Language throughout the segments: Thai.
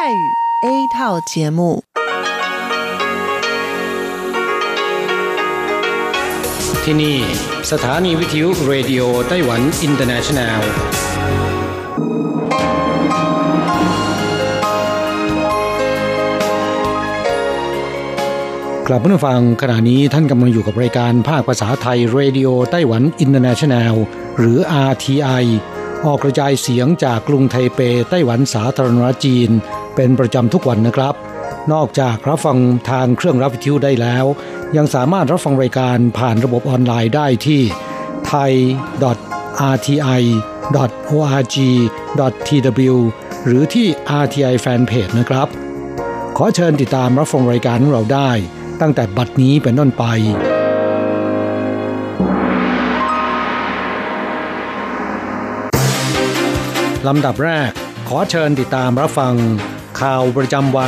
语 A 套节目ที่นี่สถานีวิทยุเรดิโอไต้หวันอินเตอร์เนชั่นแนลกลับมาฟังขณะนี้ท่านกำลังอยู่กับรายการภาคภาษาไทยเรดิโอไต้หวันอินเตอร์เนชั่นแนลหรือ RTI ออกกระจายเสียงจากกรุงไทเปไต้หวันสาธารณรัฐจีนเป็นประจำทุกวันนะครับนอกจากรับฟังทางเครื่องรับวิทยุได้แล้วยังสามารถรับฟังรายการผ่านระบบออนไลน์ได้ที่ thai.rti.org.tw หรือที่ RTI Fanpage นะครับขอเชิญติดตามรับฟังรายการของเราได้ตั้งแต่บัดนี้เป็นต้นไปลำดับแรกขอเชิญติดตามรับฟังข่าวประจำวัน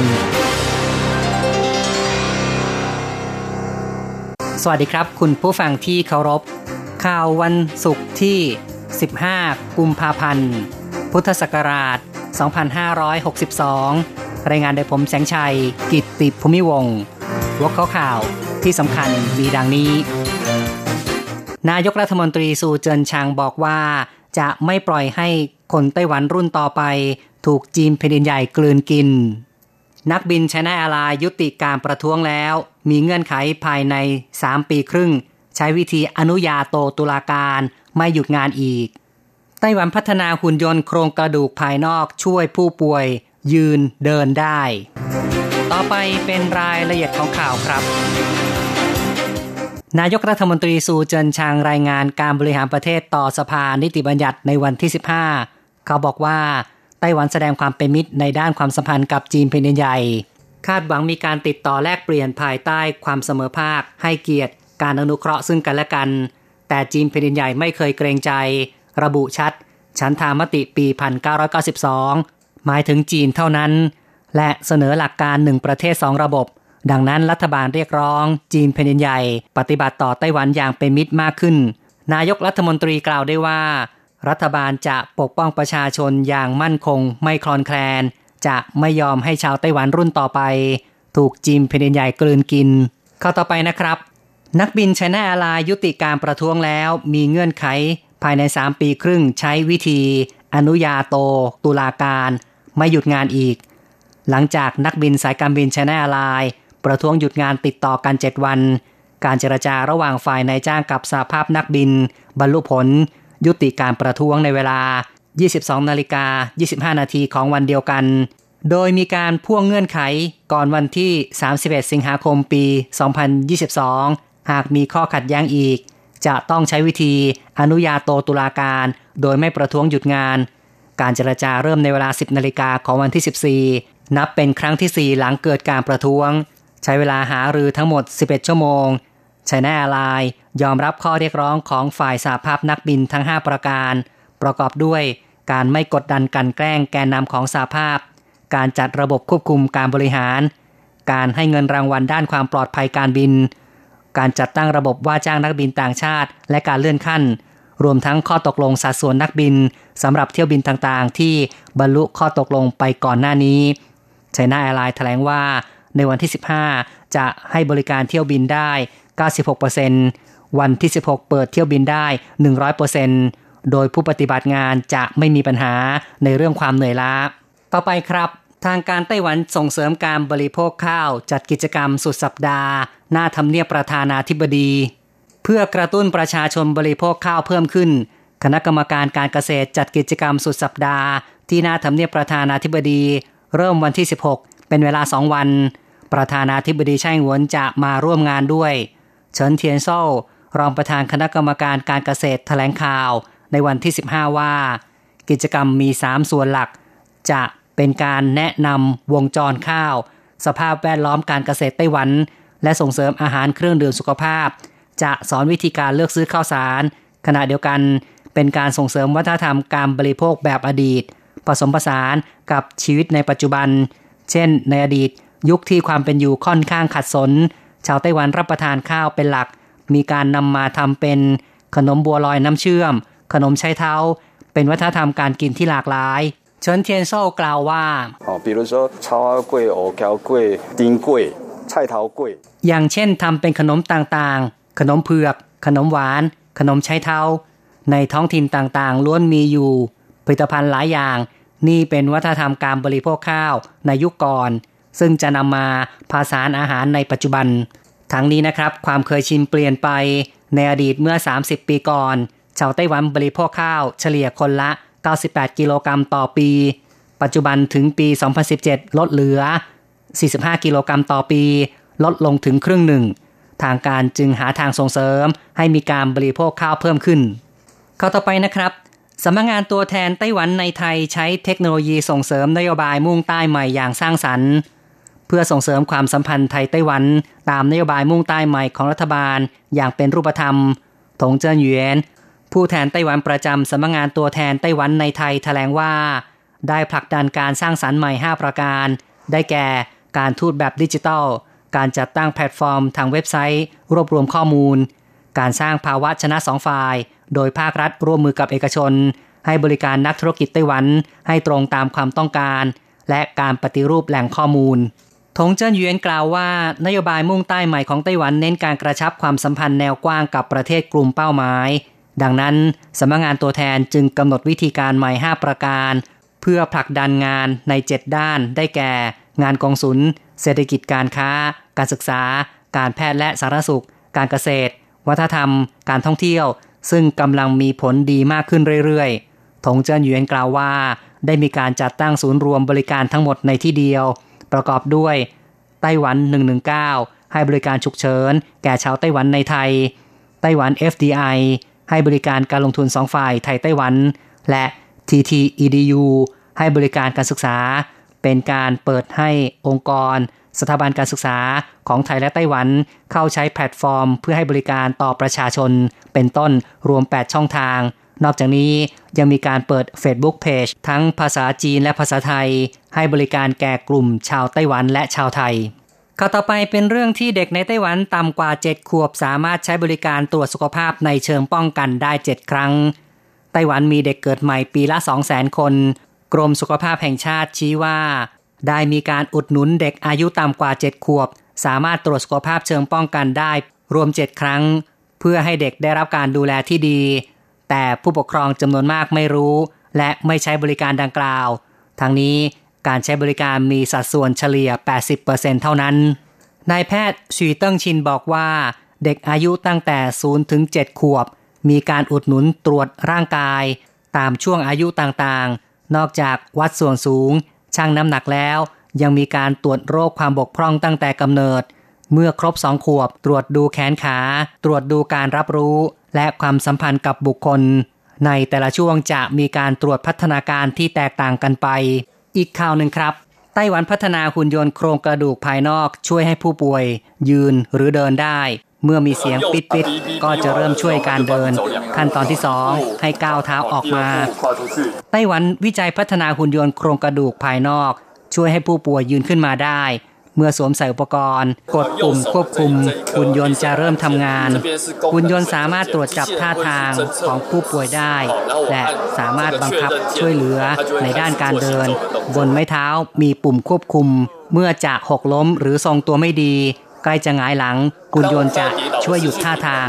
สวัสดีครับคุณผู้ฟังที่เคารพข่าววันศุกร์ที่15กุมภาพันธ์พุทธศักราช2562รายงานโดยผมแสงชัยกิตติภูมิวงศ์หัวข้อข่าวที่สำคัญมีดังนี้นายกรัฐมนตรีซูเจินชางบอกว่าจะไม่ปล่อยให้คนไต้หวันรุ่นต่อไปถูกจีนแผ่นดินใหญ่กลืนกินนักบิน China Airlines ยุติการประท้วงแล้วมีเงื่อนไขภายใน3ปีครึ่งใช้วิธีอนุญาโตตุลาการไม่หยุดงานอีกไต้หวันพัฒนาหุ่นยนต์โครงกระดูกภายนอกช่วยผู้ป่วยยืนเดินได้ต่อไปเป็นรายละเอียดของข่าวครับนายกรัฐมนตรีซูเจินชางรายงานการบริหารประเทศต่อสภานิติบัญญัติในวันที่15เขาบอกว่าไต้หวันแสดงความเป็นมิตรในด้านความสัมพันธ์กับจีนแผ่นดินใหญ่คาดหวังมีการติดต่อแลกเปลี่ยนภายใต้ความเสมอภาคให้เกียรติการอนุเคราะห์ซึ่งกันและกันแต่จีนแผ่นดินใหญ่ไม่เคยเกรงใจระบุชัดฉันทามติปี1992หมายถึงจีนเท่านั้นและเสนอหลักการ1ประเทศ2ระบบดังนั้นรัฐบาลเรียกร้องจีนแผ่นดินใหญ่ปฏิบัติต่อไต้หวันอย่างเป็นมิตรมากขึ้นนายกรัฐมนตรีกล่าวได้ว่ารัฐบาลจะปกป้องประชาชนอย่างมั่นคงไม่คลอนแคลนจะไม่ยอมให้ชาวไต้หวันรุ่นต่อไปถูกจีนแผ่นดินใหญ่กลืนกินข้อต่อไปนะครับนักบิน China Airlines ยุติการประท้วงแล้วมีเงื่อนไขภายใน3ปีครึ่งใช้วิธีอนุญาโตตุลาการไม่หยุดงานอีกหลังจากนักบินสายการบิน China Airlines ประท้วงหยุดงานติดต่อกัน7วันการเจรจาระหว่างฝ่ายนายจ้างกับสหภาพนักบินบรรลุผลยุติการประท้วงในเวลา 22:25 น.ของวันเดียวกันโดยมีการพ่วงเงื่อนไขก่อนวันที่31สิงหาคมปี2022หากมีข้อขัดแย้งอีกจะต้องใช้วิธีอนุญาโตตุลาการโดยไม่ประท้วงหยุดงานการเจรจาเริ่มในเวลา 10 นาฬิกาของวันที่14นับเป็นครั้งที่4หลังเกิดการประท้วงใช้เวลาหารือทั้งหมด11ชั่วโมง China Airlines ยอมรับข้อเรียกร้องของฝ่ายสหภาพนักบินทั้ง5ประการประกอบด้วยการไม่กดดันกันแกล้งแกนนำของสหภาพการจัดระบบควบคุมการบริหารการให้เงินรางวัลด้านความปลอดภัยการบินการจัดตั้งระบบว่าจ้างนักบินต่างชาติและการเลื่อนขั้นรวมทั้งข้อตกลงสัดส่วนนักบินสำหรับเที่ยวบินต่างๆที่บรรลุข้อตกลงไปก่อนหน้านี้ China Airlines แถลงว่าในวันที่15จะให้บริการเที่ยวบินได้ 96% วันที่16เปิดเที่ยวบินได้ 100% โดยผู้ปฏิบัติงานจะไม่มีปัญหาในเรื่องความเหนื่อยล้าต่อไปครับทางการไต้หวันส่งเสริมการบริโภคข้าวจัดกิจกรรมสุดสัปดาห์หน้าทำเนียบประธานาธิบดีเพื่อกระตุ้นประชาชนบริโภคข้าวเพิ่มขึ้นคณะกรรมการการเกษตรจัดกิจกรรมสุดสัปดาห์ที่หน้าทำเนียบประธานาธิบดีเริ่มวันที่16เป็นเวลา2วันประธานาธิบดีไช่อิงเหวินจะมาร่วมงานด้วยเฉินเทียนโซ่รองประธานคณะกรรมการการเกษตรแถลงข่าวในวันที่15ว่ากิจกรรมมี3ส่วนหลักจะเป็นการแนะนำวงจรข้าวสภาพแวดล้อมการเกษตรไต้หวันและส่งเสริมอาหารเครื่องดื่มสุขภาพจะสอนวิธีการเลือกซื้อข้าวสารขณะเดียวกันเป็นการส่งเสริมวัฒนธรรมการบริโภคแบบอดีตผสมผสานกับชีวิตในปัจจุบันเช่นในอดีตยุคที่ความเป็นอยู่ค่อนข้างขัดสนชาวไต้หวันรับประทานข้าวเป็นหลักมีการนำมาทำเป็นขนมบัวลอยน้ำเชื่อมขนมไชเท้าเป็นวัฒนธรรมการกินที่หลากหลายฉินเทียนโซ่กล่าวว่า比如说草仔粿、烏橋粿、丁粿、菜頭粿อย่างเช่นทำเป็นขนมต่างๆขนมเผือกขนมหวานขนมไชเท้าในท้องถิ่นต่างๆล้วนมีอยู่ผลิตภัณฑ์หลายอย่างนี่เป็นวัฒนธรรมการบริโภคข้าวในยุคก่อนซึ่งจะนำมาผสานอาหารในปัจจุบันทั้งนี้นะครับความเคยชินเปลี่ยนไปในอดีตเมื่อ30ปีก่อนชาวไต้หวันบริโภคข้าวเฉลี่ยคนละ98กิโลกรัมต่อปีปัจจุบันถึงปี2017ลดเหลือ45กิโลกรัมต่อปีลดลงถึงครึ่งหนึ่งทางการจึงหาทางส่งเสริมให้มีการบริโภคข้าวเพิ่มขึ้นข้อต่อไปนะครับสำนักงานตัวแทนไต้หวันในไทยใช้เทคโนโลยีส่งเสริมนโยบายมุ่งใต้ใหม่อย่างสร้างสรรค์เพื่อส่งเสริมความสัมพันธ์ไทยไต้หวันตามนโยบายมุ่งใต้ใหม่ของรัฐบาลอย่างเป็นรูปธรรมถงเจิ้นหยวนผู้แทนไต้หวันประจำสำนักงานตัวแทนไต้หวันในไทยแถลงว่าได้ผลักดันการสร้างสรรค์ใหม่5ประการได้แก่การทูตแบบดิจิทัลการจัดตั้งแพลตฟอร์มทางเว็บไซต์รวบรวมข้อมูลการสร้างภาวะชนะ2ฝ่ายโดยภาครัฐร่วมมือกับเอกชนให้บริการนักธุรกิจไต้หวันให้ตรงตามความต้องการและการปฏิรูปแหล่งข้อมูลถงเจิ้นหยวนกล่าวว่านโยบายมุ่งใต้ใหม่ของไต้หวันเน้นการกระชับความสัมพันธ์แนวกว้างกับประเทศกลุ่มเป้าหมายดังนั้นสำนักงานตัวแทนจึงกำหนดวิธีการใหม่5ประการเพื่อผลักดันงานใน7ด้านได้แก่งานกงสุลเศรษฐกิจการค้าการศึกษาการแพทย์และสาธารณสุขการเกษตรวัฒนธรรมการท่องเที่ยวซึ่งกำลังมีผลดีมากขึ้นเรื่อยๆถงเจิ้นหยวนกล่าวว่าได้มีการจัดตั้งศูนย์รวมบริการทั้งหมดในที่เดียวประกอบด้วยไต้หวัน119ให้บริการฉุกเฉินแก่ชาวไต้หวันในไทยไต้หวัน FDI ให้บริการการลงทุน2ฝ่ายไทยไต้หวันและ TTEDU ให้บริการการศึกษาเป็นการเปิดให้องค์กรสถาบันการศึกษาของไทยและไต้หวันเข้าใช้แพลตฟอร์มเพื่อให้บริการต่อประชาชนเป็นต้นรวม8ช่องทางนอกจากนี้ยังมีการเปิด Facebook Page ทั้งภาษาจีนและภาษาไทยให้บริการแก่กลุ่มชาวไต้หวันและชาวไทยข้อต่อไปเป็นเรื่องที่เด็กในไต้หวันต่ำกว่า7ขวบสามารถใช้บริการตรวจสุขภาพในเชิงป้องกันได้7ครั้งไต้หวันมีเด็กเกิดใหม่ปีละ 200,000 คนกรมสุขภาพแห่งชาติชี้ว่าได้มีการอุดหนุนเด็กอายุต่ำกว่า7ขวบสามารถตรวจสุขภาพเชิงป้องกันได้รวม7ครั้งเพื่อให้เด็กได้รับการดูแลที่ดีแต่ผู้ปกครองจำนวนมากไม่รู้และไม่ใช้บริการดังกล่าวทั้งนี้การใช้บริการมีสัดส่วนเฉลี่ย 80% เท่านั้นนายแพทย์ฉีเติ้งชินบอกว่าเด็กอายุตั้งแต่0ถึง7ขวบมีการอุดหนุนตรวจร่างกายตามช่วงอายุต่างๆนอกจากวัดส่วนสูงชั่งน้ำหนักแล้วยังมีการตรวจโรคความบกพร่องตั้งแต่กำเนิดเมื่อครบ2ขวบตรวจดูแขนขาตรวจดูการรับรู้และความสัมพันธ์กับบุคคลในแต่ละช่วงจะมีการตรวจพัฒนาการที่แตกต่างกันไปอีกข่าวหนึ่งครับไต้หวันพัฒนาหุ่นยนต์โครงกระดูกภายนอกช่วยให้ผู้ป่วยยืนหรือเดินได้เมื่อมีเสียงปิดๆก็จะเริ่มช่วยการเดินขั้นตอนที่2ให้ก้าวเท้าออกมาไต้หวันวิจัยพัฒนาหุ่นยนต์โครงกระดูกภายนอกช่วยให้ผู้ป่วยยืนขึ้นมาได้เมื่อสวมใส่อุปกรณ์กดปุ่มควบคุมหุ่นยนต์จะเริ่มทำงานหุ่นยนต์สามารถตรวจจับท่าทางของผู้ป่วยได้และสามารถบังคับช่วยเหลือในด้านการเดินบนไม้เท้ามีปุ่มควบคุมเมื่อจะหกล้มหรือทรงตัวไม่ดีใกล้จะหงายหลังหุ่นยนต์จะช่วยหยุดท่าทาง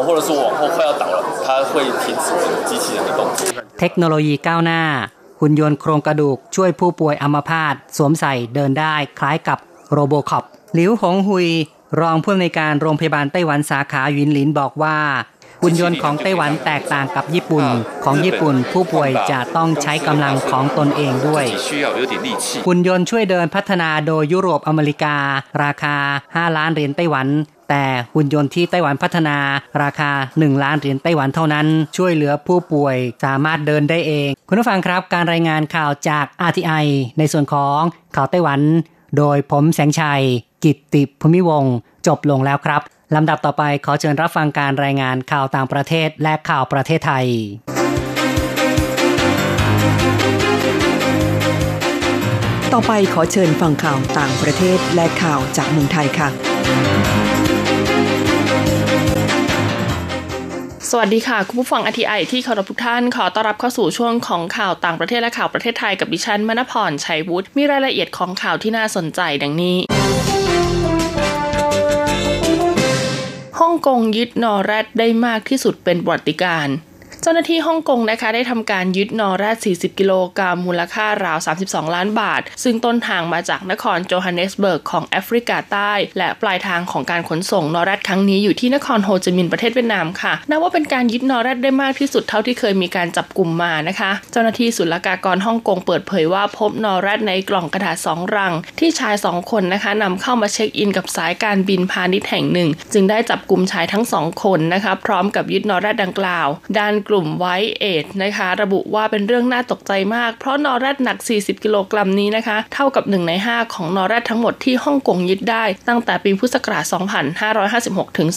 เทคโนโลยีก้าวหน้าหุ่นยนต์โครงกระดูกช่วยผู้ป่วยอัมพาตสวมใส่เดินได้คล้ายกับโรโบคอปหลิวหงหุยรองผู้อำนวยการโรงพยาบาลไต้หวันสาขาหยินหลินบอกว่าหุ่นยนต์ของไต้หวันแตกต่างกับญี่ปุ่นของญี่ปุ่นผู้ป่วยจะต้องใช้กำลังของตนเองด้วยหุ่นยนต์ช่วยเดินพัฒนาโดยยุโรปอเมริการาคา5ล้านเหรียญไต้หวันแต่หุ่นยนต์ที่ไต้หวันพัฒนาราคา1ล้านเหรียญไต้หวันเท่านั้นช่วยเหลือผู้ป่วยสามารถเดินได้เองคุณผู้ฟังครับการรายงานข่าวจาก RTI ในส่วนของข่าวไต้หวันโดยผมแสงชัยกิตติภูมิวงศ์จบลงแล้วครับลำดับต่อไปขอเชิญรับฟังการรายงานข่าวต่างประเทศและข่าวประเทศไทยต่อไปขอเชิญฟังข่าวต่างประเทศและข่าวจากเมืองไทยค่ะสวัสดีค่ะคุณผู้ฟัง RTI ที่เคารพทุกท่านขอต้อนรับเข้าสู่ช่วงของข่าวต่างประเทศและข่าวประเทศไทยกับดิฉันมณพรชัยวุฒิมีรายละเอียดของข่าวที่น่าสนใจดังนี้ฮ่องกงยึดนอแรดได้มากที่สุดเป็นประวัติการณ์เจ้าหน้าที่ฮ่องกงนะคะได้ทำการยึดนอแรด40กิโลกรัมมูลค่าราว32ล้านบาทซึ่งต้นทางมาจากนครโจฮันเนสเบิร์กของแอฟริกาใต้และปลายทางของการขนส่งนอแรดครั้งนี้อยู่ที่นครโฮจิมินห์ประเทศเวียดนามค่ะนับว่าเป็นการยึดนอแรดได้มากที่สุดเท่าที่เคยมีการจับกุมมานะคะเจ้าหน้าที่ศุลกากรฮ่องกงเปิดเผยว่าพบนอแรดในกล่องกระดาษ2รังที่ชาย2คนนะคะนำเข้ามาเช็คอินกับสายการบินพาณิชย์แห่งหนึ่งจึงได้จับกุมชายทั้ง2คนนะคะพร้อมกับยึดนอแรดดังกล่าวด้านกลุ่มไวท์เอดนะคะระบุว่าเป็นเรื่องน่าตกใจมากเพราะนอแรดหนัก40กิโลกรัมนี้นะคะเท่ากับ1ใน5ของนอแรดทั้งหมดที่ฮ่องกงยึดได้ตั้งแต่ปีพุทธศักราช2556ถึง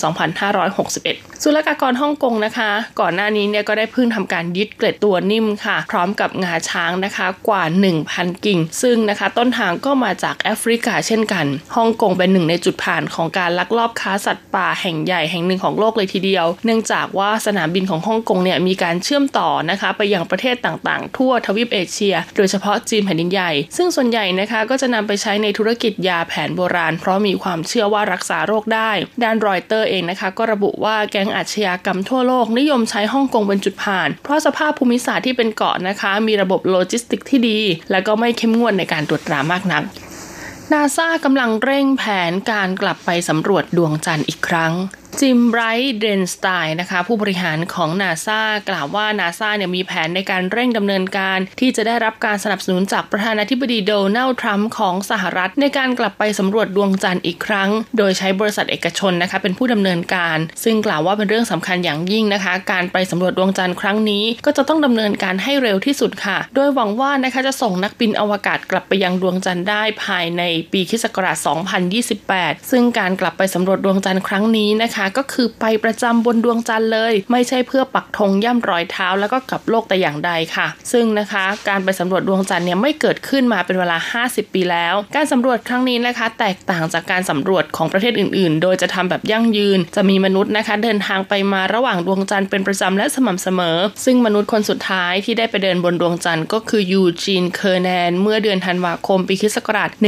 2561ศุลกากรฮ่องกงนะคะก่อนหน้านี้เนี่ยก็ได้เพิ่งทำการยึดเกล็ดตัวนิ่มค่ะพร้อมกับงาช้างนะคะกว่า 1,000 กิ่งซึ่งนะคะต้นทางก็มาจากแอฟริกาเช่นกันฮ่องกงเป็นหนึ่งในจุดผ่านของการลักลอบค้าสัตว์ป่าแห่งใหญ่แห่งหนึ่งของโลกเลยทีเดียวเนื่องจากว่าสนามบินของฮ่องกงเนี่ยมีการเชื่อมต่อนะคะไปยังประเทศต่างๆทั่วทวีปเอเชียโดยเฉพาะจีนแผ่นดินใหญ่ซึ่งส่วนใหญ่นะคะก็จะนำไปใช้ในธุรกิจยาแผนโบราณเพราะมีความเชื่อว่ารักษาโรคได้ด้านรอยเตอร์เองนะคะก็ระบุว่าแก๊งอาชญากรรมทั่วโลกนิยมใช้ฮ่องกงเป็นจุดผ่านเพราะสภาพภูมิศาสตร์ที่เป็นเกาะนะคะมีระบบโลจิสติกที่ดีและก็ไม่เข้มงวดในการตรวจตรามากนักNASA กำลังเร่งแผนการกลับไปสำรวจดวงจันทร์อีกครั้งจิมไบรท์เดนสไตน์นะคะผู้บริหารของ NASA กล่าวว่า NASA เนี่ยมีแผนในการเร่งดำเนินการที่จะได้รับการสนับสนุนจากประธานาธิบดีโดนัลด์ทรัมป์ของสหรัฐในการกลับไปสำรวจดวงจันทร์อีกครั้งโดยใช้บริษัทเอกชนนะคะเป็นผู้ดำเนินการซึ่งกล่าวว่าเป็นเรื่องสำคัญอย่างยิ่งนะคะการไปสำรวจดวงจันทร์ครั้งนี้ก็จะต้องดำเนินการให้เร็วที่สุดค่ะโดยหวังว่านะคะจะส่งนักบินอวกาศกลับไปยังดวงจันทร์ได้ภายในปีค.ศ. 2028ซึ่งการกลับไปสำรวจดวงจันทร์ครั้งนี้นะคะก็คือไปประจำบนดวงจันทร์เลยไม่ใช่เพื่อปักธงย่ำรอยเท้าแล้วก็กลับโลกแต่อย่างใดค่ะซึ่งนะคะการไปสำรวจดวงจันทร์เนี่ยไม่เกิดขึ้นมาเป็นเวลา50ปีแล้วการสำรวจครั้งนี้นะคะแตกต่างจากการสำรวจของประเทศอื่นๆโดยจะทำแบบยั่งยืนจะมีมนุษย์นะคะเดินทางไปมาระหว่างดวงจันทร์เป็นประจำและสม่ำเสมอซึ่งมนุษย์คนสุดท้ายที่ได้ไปเดินบนดวงจันทร์ก็คือยูจีนเคอร์แนนเมื่อเดือนธันวาคมปีค.ศ.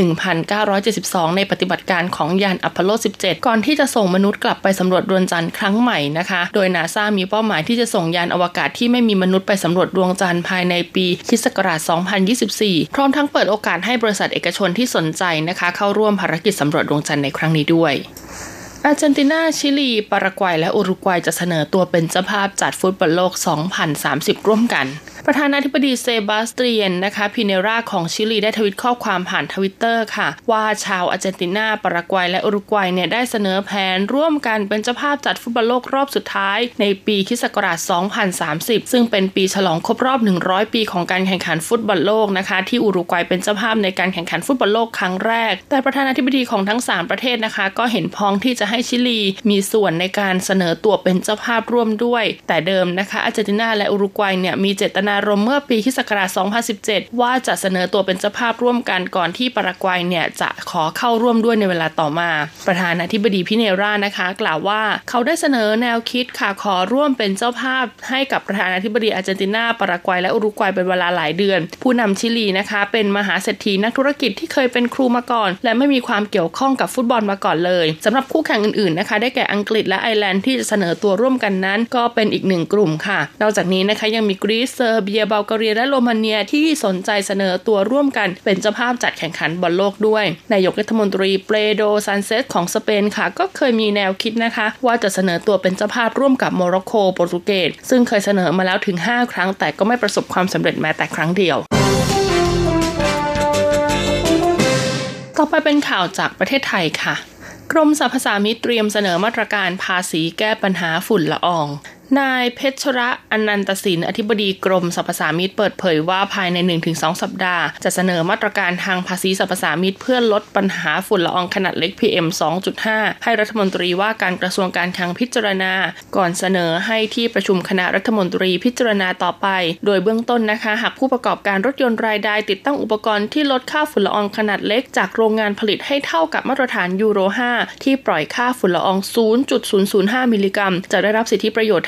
1972ในปฏิบัติการของยานอพอลโล 17ก่อนที่จะส่งมนุษย์กลับไปสำรวจดวงจันทร์ครั้งใหม่นะคะโดย NASA มีเป้าหมายที่จะส่งยานอวกาศที่ไม่มีมนุษย์ไปสำรวจดวงจันทร์ภายในปีค.ศ. 2024พร้อมทั้งเปิดโอกาสให้บริษัทเอกชนที่สนใจนะคะเข้าร่วมภารกิจสำรวจดวงจันทร์ในครั้งนี้ด้วยอาร์เจนตินาชิลีปารากวัยและอุรุกวัยจะเสนอตัวเป็นเจ้าภาพจัดฟุตบอลโลก 2030 ร่วมกันประธานาธิบดีเซบาสเตียนนะคะพิเนราของชิลีได้ทวิตข้อความผ่านทวิตเตอร์ค่ะว่าชาวอาร์เจนตินาปารากวัยและอุรุกวัยเนี่ยได้เสนอแผนร่วมกันเป็นเจ้าภาพจัดฟุตบอลโลกรอบสุดท้ายในปีค.ศ. 2030ซึ่งเป็นปีฉลองครบรอบ100ปีของการแข่งขันฟุตบอลโลกนะคะที่อุรุกวัยเป็นเจ้าภาพในการแข่งขันฟุตบอลโลกครั้งแรกแต่ประธานาธิบดีของทั้ง3ประเทศนะคะก็เห็นพ้องที่จะให้ชิลีมีส่วนในการเสนอตัวเป็นเจ้าภาพร่วมด้วยแต่เดิมนะคะอาร์เจนตินาและอุรุกวัยเนี่ยมีเจตนารมณ์เมื่อปีค.ศ. 2017ว่าจะเสนอตัวเป็นเจ้าภาพร่วมกันก่อนที่ปารากวัยเนี่ยจะขอเข้าร่วมด้วยในเวลาต่อมาประธานาธิบดีพิเนรานะคะกล่าวว่าเขาได้เสนอแนวคิดค่ะขอร่วมเป็นเจ้าภาพให้กับประธานาธิบดีอาร์เจนตินาปารากวัยและอุรุกวัยเป็นเวลาหลายเดือนผู้นำชิลีนะคะเป็นมหาเศรษฐีนักธุรกิจที่เคยเป็นครูมาก่อนและไม่มีความเกี่ยวข้องกับฟุตบอลมาก่อนเลยสำหรับคู่แข่งอื่นๆนะคะได้แก่อังกฤษและไอร์แลนด์ที่จะเสนอตัวร่วมกันนั้นก็เป็นอีกหนึ่งกลุ่มค่ะนอกจากนี้นะคะยังมีกรีซเซอร์เบียบัลแกเรียและโรมาเนียที่สนใจเสนอตัวร่วมกันเป็นเจ้าภาพจัดแข่งขันบอลโลกด้วยนายกรัฐมนตรีเปโดรซันเซสของสเปนค่ะก็เคยมีแนวคิดนะคะว่าจะเสนอตัวเป็นเจ้าภาพร่วมกับโมร็อกโกโปรตุเกสซึ่งเคยเสนอมาแล้วถึง5ครั้งแต่ก็ไม่ประสบความสำเร็จแม้แต่ครั้งเดียวต่อไปเป็นข่าวจากประเทศไทยค่ะกรมสรรพสามิตเตรียมเสนอมาตรการภาษีแก้ปัญหาฝุ่นละอองนายเพชรอนันตศิลป์อธิบดีกรมสรรพสามิตเปิดเผยว่าภายใน 1-2 สัปดาห์จะเสนอมาตรการทางภาษีสรรพสามิตเพื่อลดปัญหาฝุ่นละอองขนาดเล็ก PM 2.5 ให้รัฐมนตรีว่าการกระทรวงการคลังพิจารณาก่อนเสนอให้ที่ประชุมคณะรัฐมนตรีพิจารณาต่อไปโดยเบื้องต้นนะคะหากผู้ประกอบการรถยนต์รายใดติดตั้งอุปกรณ์ที่ลดค่าฝุ่นละอองขนาดเล็กจากโรงงานผลิตให้เท่ากับมาตรฐานยูโร 5ที่ปล่อยค่าฝุ่นละออง 0.005 มิลลิกรัมจะได้รับสิทธิประโยชน์ทาง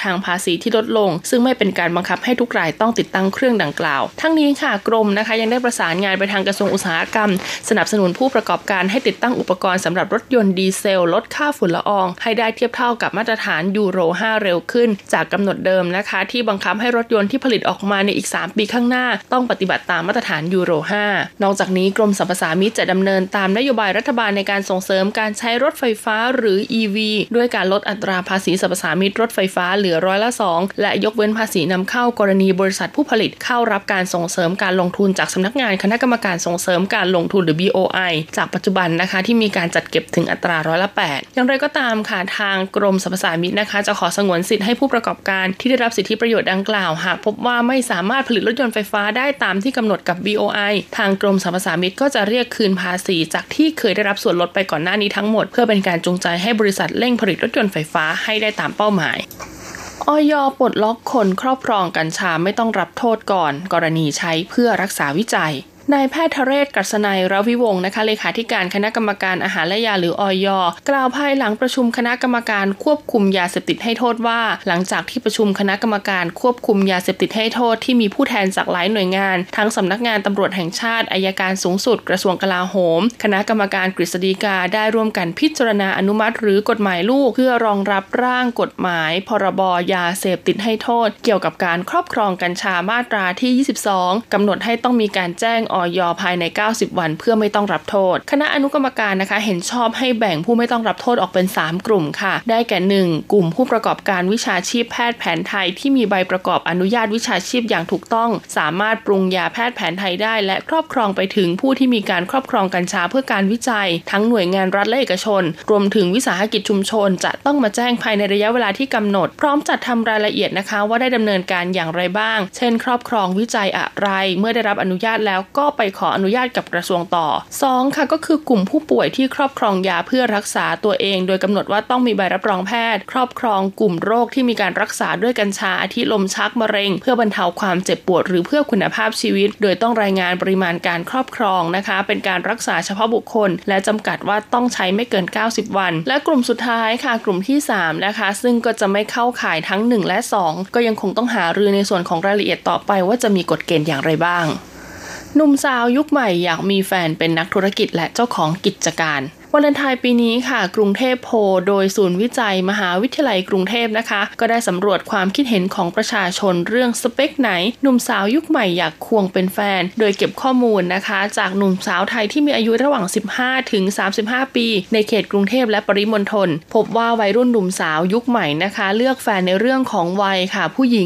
างภาษีที่ลดลงซึ่งไม่เป็นการบังคับให้ทุกรายต้องติดตั้งเครื่องดังกล่าวทั้งนี้ค่ะกรมนะคะยังได้ประสานงานไปทางกระทรวงอุตสาหกรรมสนับสนุนผู้ประกอบการให้ติดตั้งอุปกรณ์สำหรับรถยนต์ดีเซลลดค่าฝุ่นละอองให้ได้เทียบเท่ากับมาตรฐานยูโร 5 เร็วขึ้นจากกำหนดเดิมนะคะที่บังคับให้รถยนต์ที่ผลิตออกมาในอีก3ปีข้างหน้าต้องปฏิบัติตามมาตรฐานยูโร 5นอกจากนี้กรมสรรพสามิตจะดำเนินตามนโยบายรัฐบาลในการส่งเสริมการใช้รถไฟฟ้าหรือ EV ด้วยการลดอัตราภาษีสรรพสามิตรถไฟฟ้าเหลือ2%และยกเว้นภาษีนำเข้ากรณีบริษัทผู้ผลิตเข้ารับการส่งเสริมการลงทุนจากสำนักงานคณะกรรมการส่งเสริมการลงทุนหรือ BOI จากปัจจุบันนะคะที่มีการจัดเก็บถึงอัตรา8%อย่างไรก็ตามค่ะทางกรมสรรพสามิตนะคะจะขอสงวนสิทธิ์ให้ผู้ประกอบการที่ได้รับสิทธิประโยชน์ดังกล่าวหากพบว่าไม่สามารถผลิตรถยนต์ไฟฟ้าได้ตามที่กำหนดกับ BOI ทางกรมสรรพสามิตก็จะเรียกคืนภาษีจากที่เคยได้รับส่วนลดไปก่อนหน้านี้ทั้งหมดเพื่อเป็นการจูงใจให้บริษัทเร่งผลิตรถยนต์ไฟฟ้าให้ได้ตามเป้าหมายอย.ปลดล็อกคนครอบครองกัญชาไม่ต้องรับโทษก่อนกรณีใช้เพื่อรักษาวิจัยนายแพทย์ธเรศ กัสนัย รวิวงศ์นะคะเลขาธิการคณะกรรมการอาหารและยาหรืออย.กล่าวภายหลังประชุมคณะกรรมการควบคุมยาเสพติดให้โทษว่าหลังจากที่ประชุมคณะกรรมการควบคุมยาเสพติดให้โทษที่มีผู้แทนจากหลายหน่วยงานทั้งสำนักงานตำรวจแห่งชาติอัยการสูงสุดกระทรวงกลาโหมคณะกรรมการกฤษฎีกาได้ร่วมกันพิจารณาอนุมัติหรือกฎหมายลูกเพื่อรองรับร่างกฎหมายพรบยาเสพติดให้โทษเกี่ยวกับการครอบครองกัญชามาตราที่22กำหนดให้ต้องมีการแจ้งอย.ภายใน90 วันเพื่อไม่ต้องรับโทษคณะอนุกรรมการนะคะเห็นชอบให้แบ่งผู้ไม่ต้องรับโทษออกเป็น3กลุ่มค่ะได้แก่1กลุ่มผู้ประกอบการวิชาชีพแพทย์แผนไทยที่มีใบประกอบอนุญาตวิชาชีพอย่างถูกต้องสามารถปรุงยาแพทย์แผนไทยได้และครอบครองไปถึงผู้ที่มีการครอบครองกัญชาเพื่อการวิจัยทั้งหน่วยงานรัฐและเอกชนรวมถึงวิสาหกิจชุมชนจะต้องมาแจ้งภายในระยะเวลาที่กำหนดพร้อมจัดทำรายละเอียดนะคะว่าได้ดำเนินการอย่างไรบ้างเช่นครอบครองวิจัยอะไรเมื่อได้รับอนุญาตแล้วก็ไปขออนุญาตกับกระทรวงต่อ2ค่ะก็คือกลุ่มผู้ป่วยที่ครอบครองยาเพื่อรักษาตัวเองโดยกำหนดว่าต้องมีใบรับรองแพทย์ครอบครองกลุ่มโรคที่มีการรักษาด้วยกัญชาอาทิลมชักมะเร็งเพื่อบรรเทาความเจ็บปวดหรือเพื่อคุณภาพชีวิตโดยต้องรายงานปริมาณการครอบครองนะคะเป็นการรักษาเฉพาะบุคคลและจำกัดว่าต้องใช้ไม่เกิน90วันและกลุ่มสุดท้ายค่ะกลุ่มที่3นะคะซึ่งก็จะไม่เข้าข่ายทั้ง1และ2ก็ยังคงต้องหารือในส่วนของรายละเอียดต่อไปว่าจะมีกฎเกณฑ์อย่างไรบ้างหนุ่มสาวยุคใหม่อยากมีแฟนเป็นนักธุรกิจและเจ้าของกิจการวาเลนไทน์ปีนี้ค่ะกรุงเทพโพลโดยศูนย์วิจัยมหาวิทยาลัยกรุงเทพนะคะก็ได้สำรวจความคิดเห็นของประชาชนเรื่องสเปคไหนหนุ่มสาวยุคใหม่อยากควงเป็นแฟนโดยเก็บข้อมูลนะคะจากหนุ่มสาวไทยที่มีอายุระหว่าง15ถึง35ปีในเขตกรุงเทพและปริมณฑลพบว่าวัยรุ่นหนุ่มสาวยุคใหม่นะคะเลือกแฟนในเรื่องของวัยค่ะผู้หญิง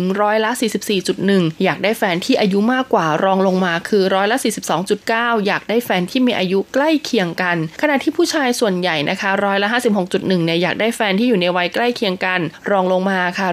44.1% อยากได้แฟนที่อายุมากกว่ารองลงมาคือ42.9% อยากได้แฟนที่มีอายุใกล้เคียงกันขณะที่ผู้ชายส่วนใหญ่นะคะ56.1% เนี่ยอยากได้แฟนที่อยู่ในวัยใกล้เคียงกันรองลงมาค่ะ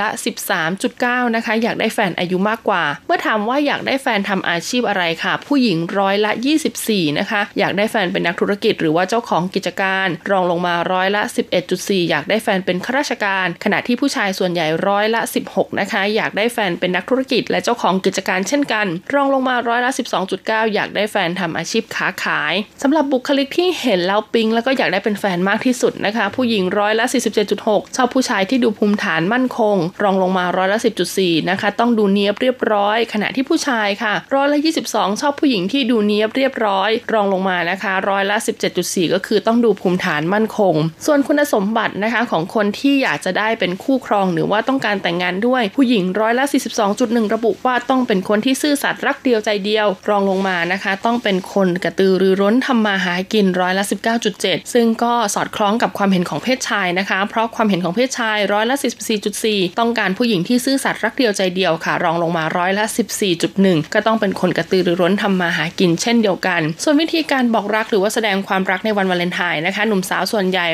13.9% นะคะอยากได้แฟนอายุมากกว่าเมื่อถามว่าอยากได้แฟนทำอาชีพอะไรค่ะผู้หญิง24%นะคะอยากได้แฟนเป็นนักธุรกิจหรือว่าเจ้าของกิจการรองลงมา11.4% อยากได้แฟนเป็นข้าราชการขณะที่ผู้ชายส่วนใหญ่16%นะคะอยากได้แฟนเป็นนักธุรกิจและเจ้าของกิจการเช่นกันรองลงมา12.9% อยากได้แฟนทำอาชีพค้าขายสำหรับบุคลิกที่เห็นแล้วปิ๊งแล้วก็อยากได้เป็นแฟนมากที่สุดนะคะผู้หญิง47.6% ชอบผู้ชายที่ดูภูมิฐานมั่นคงรองลงมา10.4% นะคะต้องดูเนียบเรียบร้อยขณะที่ผู้ชายค่ะ22%ชอบผู้หญิงที่ดูเนียบเรียบร้อยรองลงมานะคะ17.4% ก็คือต้องดูภูมิฐานมั่นคงส่วนคุณสมบัตินะคะของคนที่อยากจะได้เป็นคู่ครองหรือว่าต้องการแต่งงานด้วยผู้หญิง42.1% ระบุว่าต้องเป็นคนที่ซื่อสัตย์รักเดียวใจเดียวรองลงมานะคะต้องเป็นคนกระตือรือร้นทำมาหากิน19.7% ซึ่งก็สอดคล้องกับความเห็นของเพศชายนะคะเพราะความเห็นของเพศชาย44.4% ต้องการผู้หญิงที่ซื่อสัตย์รักเดียวใจเดียวค่ะรองลงมา14.1% ก็ต้องเป็นคนกระตือรือร้นทำมาหากินเช่นเดียวกันส่วนวิธีการบอกรักหรือว่าแสดงความรักในวันวาเลนไทน์นะคะหนุ่มสาวส่วนใหญ่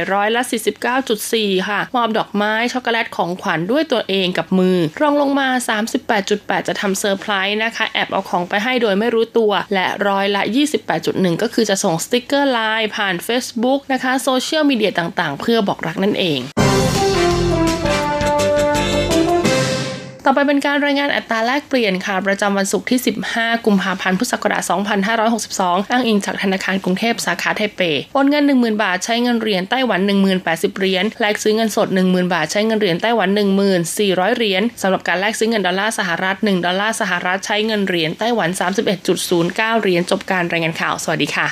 49.4% ค่ะมอบดอกไม้ช็อกโกแลตของขวัญด้วยตัวเองกับมือรองลงมา 38.8% จะทำเซอร์ไพรส์นะคะแอบเอาของไปให้โดยไม่รู้ตัวและ28.1% ก็คือจะส่งสติ๊กเกอร์ไลน์ผ่าน Facebook นะคะโซเชียลมีเดียต่างๆเพื่อบอกรักนั่นเองต่อไปเป็นการรายงานอัตราแลกเปลี่ยนค่ะประจำวันศุกร์ที่15กุมภาพันธ์พุทธศักราช2562อ้างอิงจากธนาคารกรุงเทพสาขาไทเปโอนเงิน 10,000 บาทใช้เงินเหรียญไต้หวัน 10,080 เหรียญแลกซื้อเงินสด 10,000 บาทใช้เงินเหรียญไต้หวัน 1,400 เหรียญสำหรับการแลกซื้อเงินดอลลาร์สหรัฐ1ดอลลาร์สหรัฐใช้เงินเหรียญไต้หวัน 31.09 เหรียญจบการรายงานข่าวสวัสดีค่ะ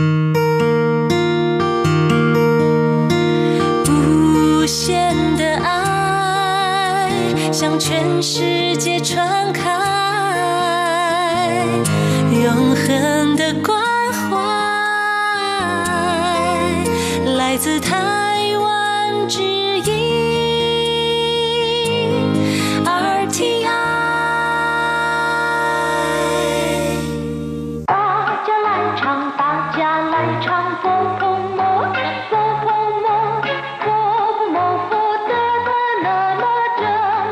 向全世界传开永恒的关怀来自台湾之音 RTI 大家来唱大家来唱佛佛摩佛佛摩佛佛摩佛得得那么真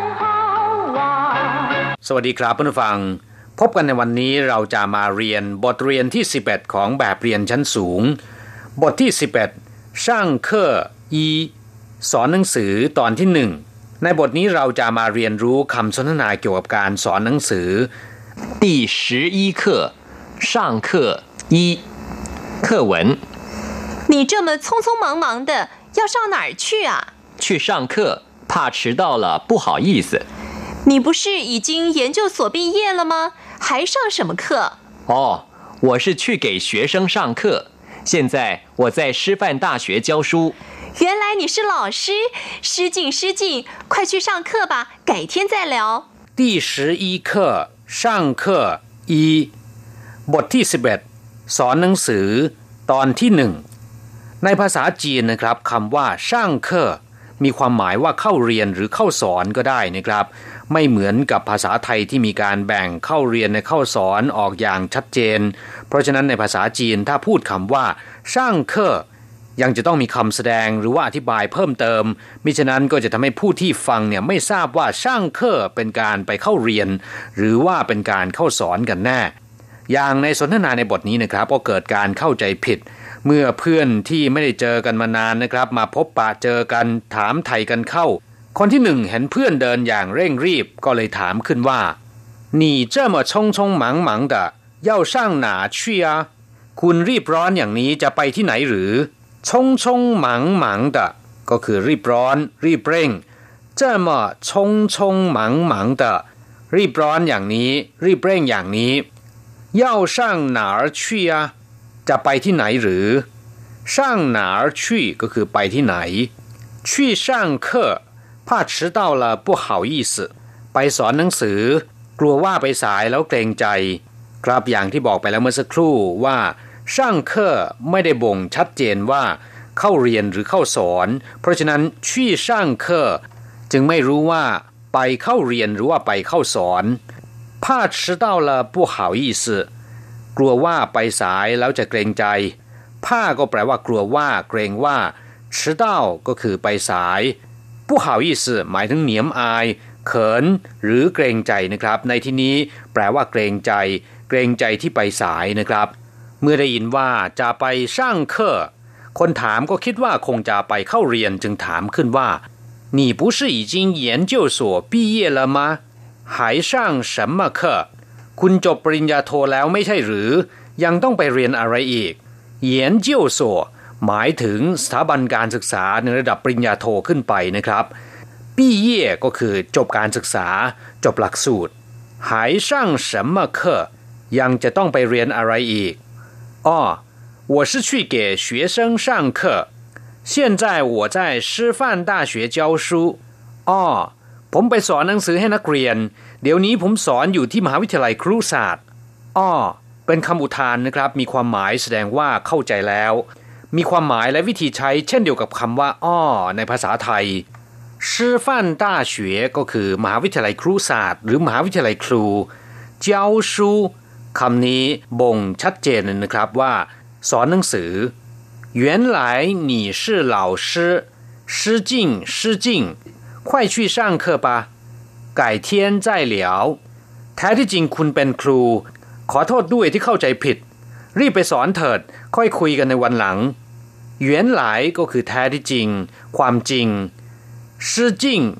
สวัสดีครับผู้ฟังพบกันในวันนี้เราจะมาเรียนบทเรียนที่11ของแบบเรียนชั้นสูงบทที่11ช่างเคออีสอนหนังสือตอนที่1ในบทนี้เราจะมาเรียนรู้คำสนทนาเกี่ยวกับการสอนหนังสือ第11课上课一课文你这么匆匆忙忙的要上哪儿去啊？ 去上课怕迟到了不好意思你不是已经研究所毕业了吗？还上什么课？ 哦，我是去给学生上课。现在我在师范大学教书。 原来你是老师，失敬失敬，快去上课吧，改天再聊。 第11课上课一บทที่11สอนหนังสือตอนที่1ในภาษาจีนนะครับคำว่าช่างเคอมีความหมายว่าเข้าเรียนหรือเข้าสอนก็ได้นะครับไม่เหมือนกับภาษาไทยที่มีการแบ่งเข้าเรียนและเข้าสอนออกอย่างชัดเจนเพราะฉะนั้นในภาษาจีนถ้าพูดคำว่าช่างเคอยังจะต้องมีคำแสดงหรือว่าอธิบายเพิ่มเติมมิฉะนั้นก็จะทำให้ผู้ที่ฟังเนี่ยไม่ทราบว่าช่างเคอเป็นการไปเข้าเรียนหรือว่าเป็นการเข้าสอนกันแน่อย่างในสนทนาในบทนี้นะครับก็เกิดการเข้าใจผิดเมื่อเพื่อนที่ไม่ได้เจอกันมานานนะครับมาพบปะเจอกันถามไถ่กันเข้าคนที่1เห็นเพื่อนเดินอย่างเร่งรีบก็เลยถามขึ้นว่า你这么匆匆忙忙的要上哪去啊คุณรีบร้อนอย่างนี้จะไปที่ไหนหรือ匆匆忙忙的ก็คือรีบร้อนรีบเร่ง这么匆匆忙忙的รีบร้อนอย่างนี้รีบเร่งอย่างนี้要上哪儿去啊จะไปที่ไหนหรือ上哪儿去ก็คือไปที่ไหน去上课怕迟到了不好意思ไปสอนหนังสือกลัวว่าไปสายแล้วเกรงใจครับอย่างที่บอกไปแล้วเมื่อสักครู่ว่าช่างเคอไม่ได้บ่งชัดเจนว่าเข้าเรียนหรือเข้าสอนเพราะฉะนั้นชี่ช่างเคอจึงไม่รู้ว่าไปเข้าเรียนหรือว่าไปเข้าสอน怕迟到了不好意思กลัวว่าไปสายแล้วจะเกรงใจผ้าก็แปลว่ากลัวว่าเกรงว่า迟到ก็คือไปสาย不好意思หมายถึงเหนียมอายเขินหรือเกรงใจนะครับในที่นี้แปลว่าเกรงใจเกรงใจที่ไปสายนะครับเมื่อได้ยินว่าจะไปช่างเคอคนถามก็คิดว่าคงจะไปเข้าเรียนจึงถามขึ้นว่า你不是已经研究所毕业了吗还上什么课คุณจบปริญญาโทแล้วไม่ใช่หรือยังต้องไปเรียนอะไรอีก研究所หมายถึงสถาบันการศึกษาในระดับปริญญาโทขึ้นไปนะครับ毕业ก็คือจบการศึกษาจบหลักสูตร还上什么课ยังจะต้องไปเรียนอะไรอีกอ๋อ我是去给学生上课现在我在师范大学教书อ๋อผมไปสอนหนังสือให้นักเรียนเดี๋ยวนี้ผมสอนอยู่ที่มหาวิทยาลัยครุศาสตร์อ้อเป็นคำอุทานนะครับมีความหมายแสดงว่าเข้าใจแล้วมีความหมายและวิธีใช้เช่นเดียวกับคำว่าอ้อในภาษาไทย师范大学ก็คือมหาวิทยาลัยครุศาสตร์หรือมหาวิทยาลัยครู教书คำนี้บ่งชัดเจนเลยนะครับว่าสอนหนังสือ原来你是老师失敬失敬快去上课吧改天再聊แท้ที่จริงคุณเป็นครูขอโทษด้วยที่เข้าใจผิดรีบไปสอนเถิดค่อยคุยกันในวันหลัง原来ก็คือแท้ที่จริงความจริง失敬แป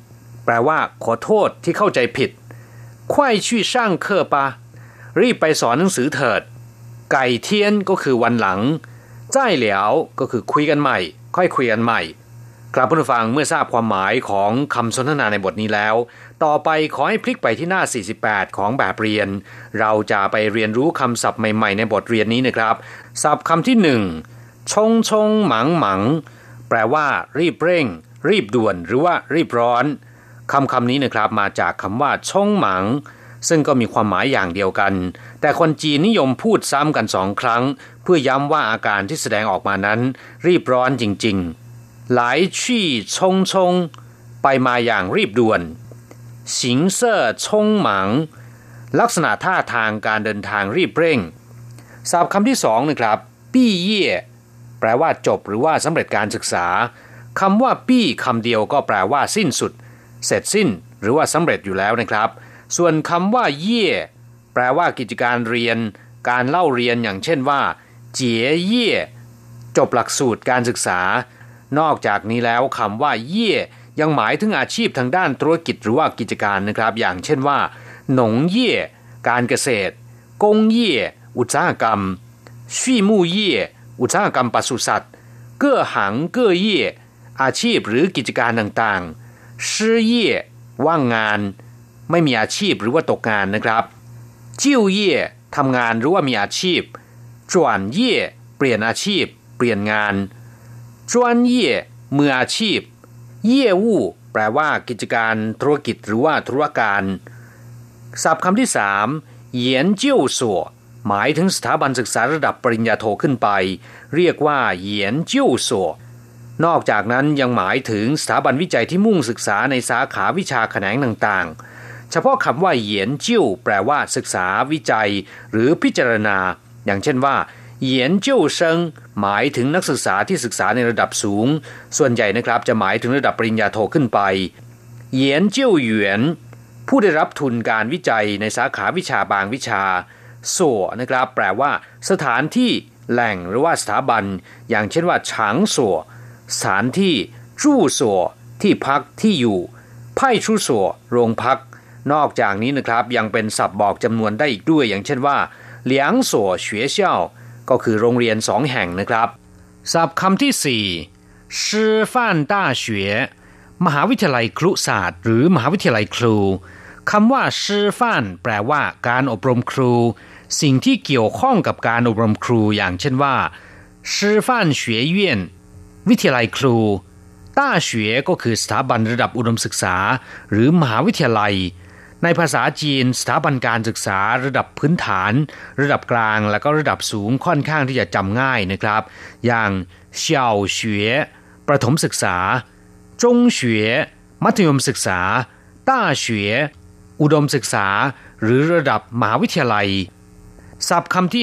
แปลว่าขอโทษที่เข้าใจผิด快去上课吧รีบไปสอนหนังสือเถิดไก่เทียนก็คือวันหลังจ้ายเหลียวก็คือคุยกันใหม่ค่อยคุยกันใหม่ครับผู้ฟังเมื่อทราบความหมายของคำสนทนาในบทนี้แล้วต่อไปขอให้พลิกไปที่หน้า48ของแบบเรียนเราจะไปเรียนรู้คำศัพท์ใหม่ๆในบทเรียนนี้นะครับศัพท์คำที่1ชงชงหมังหมังแปลว่ารีบเร่งรีบด่วนหรือว่ารีบร้อนคำนี้นะครับมาจากคำว่าชงหมังซึ่งก็มีความหมายอย่างเดียวกันแต่คนจีนนิยมพูดซ้ำกัน2 ครั้งเพื่อย้ำว่าอาการที่แสดงออกมานั้นรีบร้อนจริงๆหลายชี่ชงชงไปมาอย่างรีบด่วน行色匆忙ลักษณะท่าทางการเดินทางรีบเร่งศัพท์คำที่2นะครับปี้เย่แปลว่าจบหรือว่าสำเร็จการศึกษาคำว่าปี้คำเดียวก็แปลว่าสิ้นสุดเสร็จสิ้นหรือว่าสำเร็จอยู่แล้วนะครับส่วนคำว่าเย่แปลว่ากิจการเรียนการเล่าเรียนอย่างเช่นว่าเจี๋ยเย่จบหลักสูตรการศึกษานอกจากนี้แล้วคำว่าเย่ยังหมายถึงอาชีพทางด้านธุรกิจหรือว่ากิจการนะครับอย่างเช่นว่าหนงเย่การเกษตรกงเย่อุตสาหกรรมชี่มู่เย่อุตสาหกรรมปศุสัตว์เก้อหังเก้อเย่อาชีพหรือกิจการต่างๆชื่อเย่ว่างงานไม่มีอาชีพหรือว่าตกงานนะครับจิ้วเย่ทำงานหรือว่ามีอาชีพจวนเย่เปลี่ยนอาชีพเปลี่ยนงานจวนเย่มืออาชีพเย่วู่แปลว่ากิจการธุรกิจหรือว่าธุรการศัพท์คำที่3เหยียนเจี้ยวสัวหมายถึงสถาบันศึกษาระดับปริญญาโทขึ้นไปเรียกว่าเหยียนเจี้ยวสัวนอกจากนั้นยังหมายถึงสถาบันวิจัยที่มุ่งศึกษาในสาขาวิชาแขนงต่างๆเฉพาะคำว่าเหยียนเจี้ยวแปลว่าศึกษาวิจัยหรือพิจารณาอย่างเช่นว่าเหยียนเจี้ยวเซิงหมายถึงนักศึกษาที่ศึกษาในระดับสูงส่วนใหญ่นะครับจะหมายถึงระดับปริญญาโทขึ้นไปเหยียนเจี้ยวหยวนผู้ได้รับทุนการวิจัยในสาขาวิชาบางวิชาสัวนะครับแปลว่าสถานที่แหล่งหรือว่าสถาบันอย่างเช่นว่าฉางสัวสถานที่จู่สัวที่พักที่อยู่ไพ่ชู่สัวโรงพักนอกจากนี้นะครับยังเป็นศัพท์บอกจำนวนได้อีกด้วยอย่างเช่นว่าเหลียงสัวเฉวยเซี่ยวก็คือโรงเรียน2 แห่งนะครับศัพท์คำที่4ชื่อฟ่านต้าเฉวยมหาวิทยาลัยครุศาสตร์หรือมหาวิทยาลัยครูคำว่าชื่อฟ่านแปลว่าการอบรมครูสิ่งที่เกี่ยวข้องกับการอบรมครูอย่างเช่นว่าชื่อฟ่านเฉวยเยี่ยนวิทยาลัยครูต้าเฉวยก็คือสถาบันระดับอุดมศึกษาหรือมหาวิทยาลัยในภาษาจีนสถาบันการศึกษาระดับพื้นฐานระดับกลางและก็ระดับสูงค่อนข้างที่จะจำง่ายนะครับอย่างเฉียวเฉวยประถมศึกษาจงเฉวยมัธยมศึกษาต้าเฉวยอุดมศึกษาหรือระดับมหาวิทยาลัยศัพท์คำที่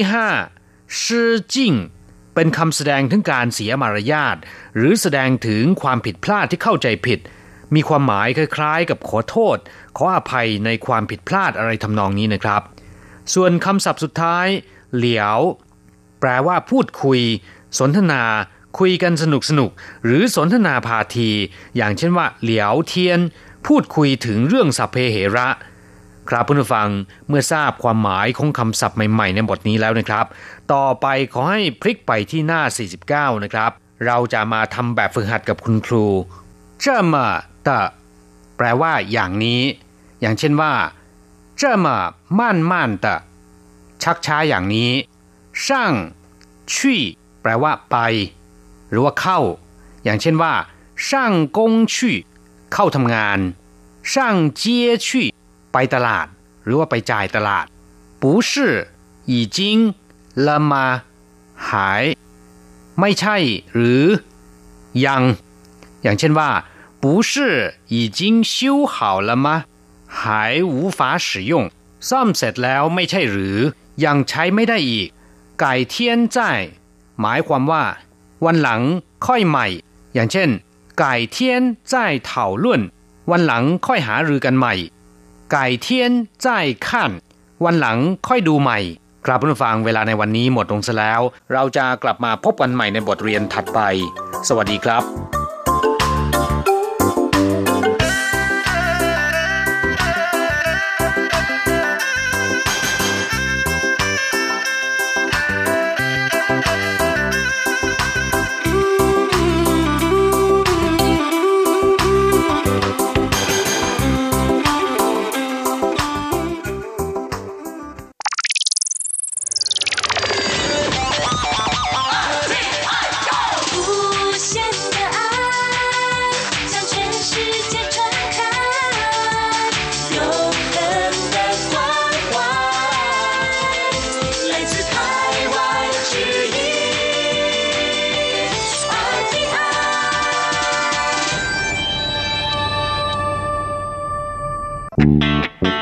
5ชื่อจิ้งเป็นคำแสดงถึงการเสียมารยาทหรือแสดงถึงความผิดพลาดที่เข้าใจผิดมีความหมายคล้ายๆกับขอโทษขออภัยในความผิดพลาดอะไรทำนองนี้นะครับส่วนคำศัพท์สุดท้ายเหลียวแปลว่าพูดคุยสนทนาคุยกันสนุกๆหรือสนทนาพาทีอย่างเช่นว่าเหลียวเทียนพูดคุยถึงเรื่องสัพเพเหระครับผู้ฟังเมื่อทราบความหมายของคำศัพท์ใหม่ๆในบทนี้แล้วนะครับต่อไปขอให้พลิกไปที่หน้า49นะครับเราจะมาทำแบบฝึกหัดกับคุณครู这么的แปลว่าอย่างนี้อย่างเช่นว่า这么慢慢的ชักช้าอย่างนี้上去แปลว่าไปหรือว่าเข้าอย่างเช่นว่า上工去เข้าทำงาน上街去ไปตลาดหรือว่าไปจ่ายตลาด不是已经了吗还ไม่ใช่หรือยังอย่างเช่นว่า不是已经修好了吗还无法使用ซ่อมเสร็จแล้วไม่ใช่หรือยังใช้ไม่ได้อีก改天再หมายความว่าวันหลังค่อยใหม่อย่างเช่น改天再讨论วันหลังค่อยหารือกันใหม่改天再看วันหลังค่อยดูใหม่ครับผู้ฟังเวลาในวันนี้หมดลงซะแล้วเราจะกลับมาพบกันใหม่ในบทเรียนถัดไปสวัสดีครับ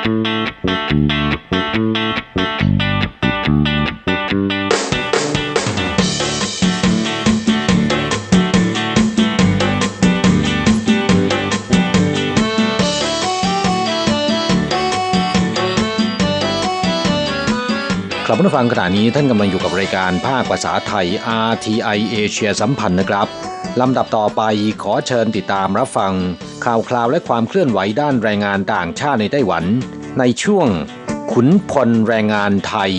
ครับผู้ฟังขณะนี้ท่านกำลังอยู่กับรายการภาคภาษาไทย RTI เอเชียสัมพันธ์นะครับลำดับต่อไปขอเชิญติดตามรับฟังข่าวคราวและความเคลื่อนไหวด้านแรงงานต่างชาติในไต้หวันในช่วงขุนพลแรงงานไทย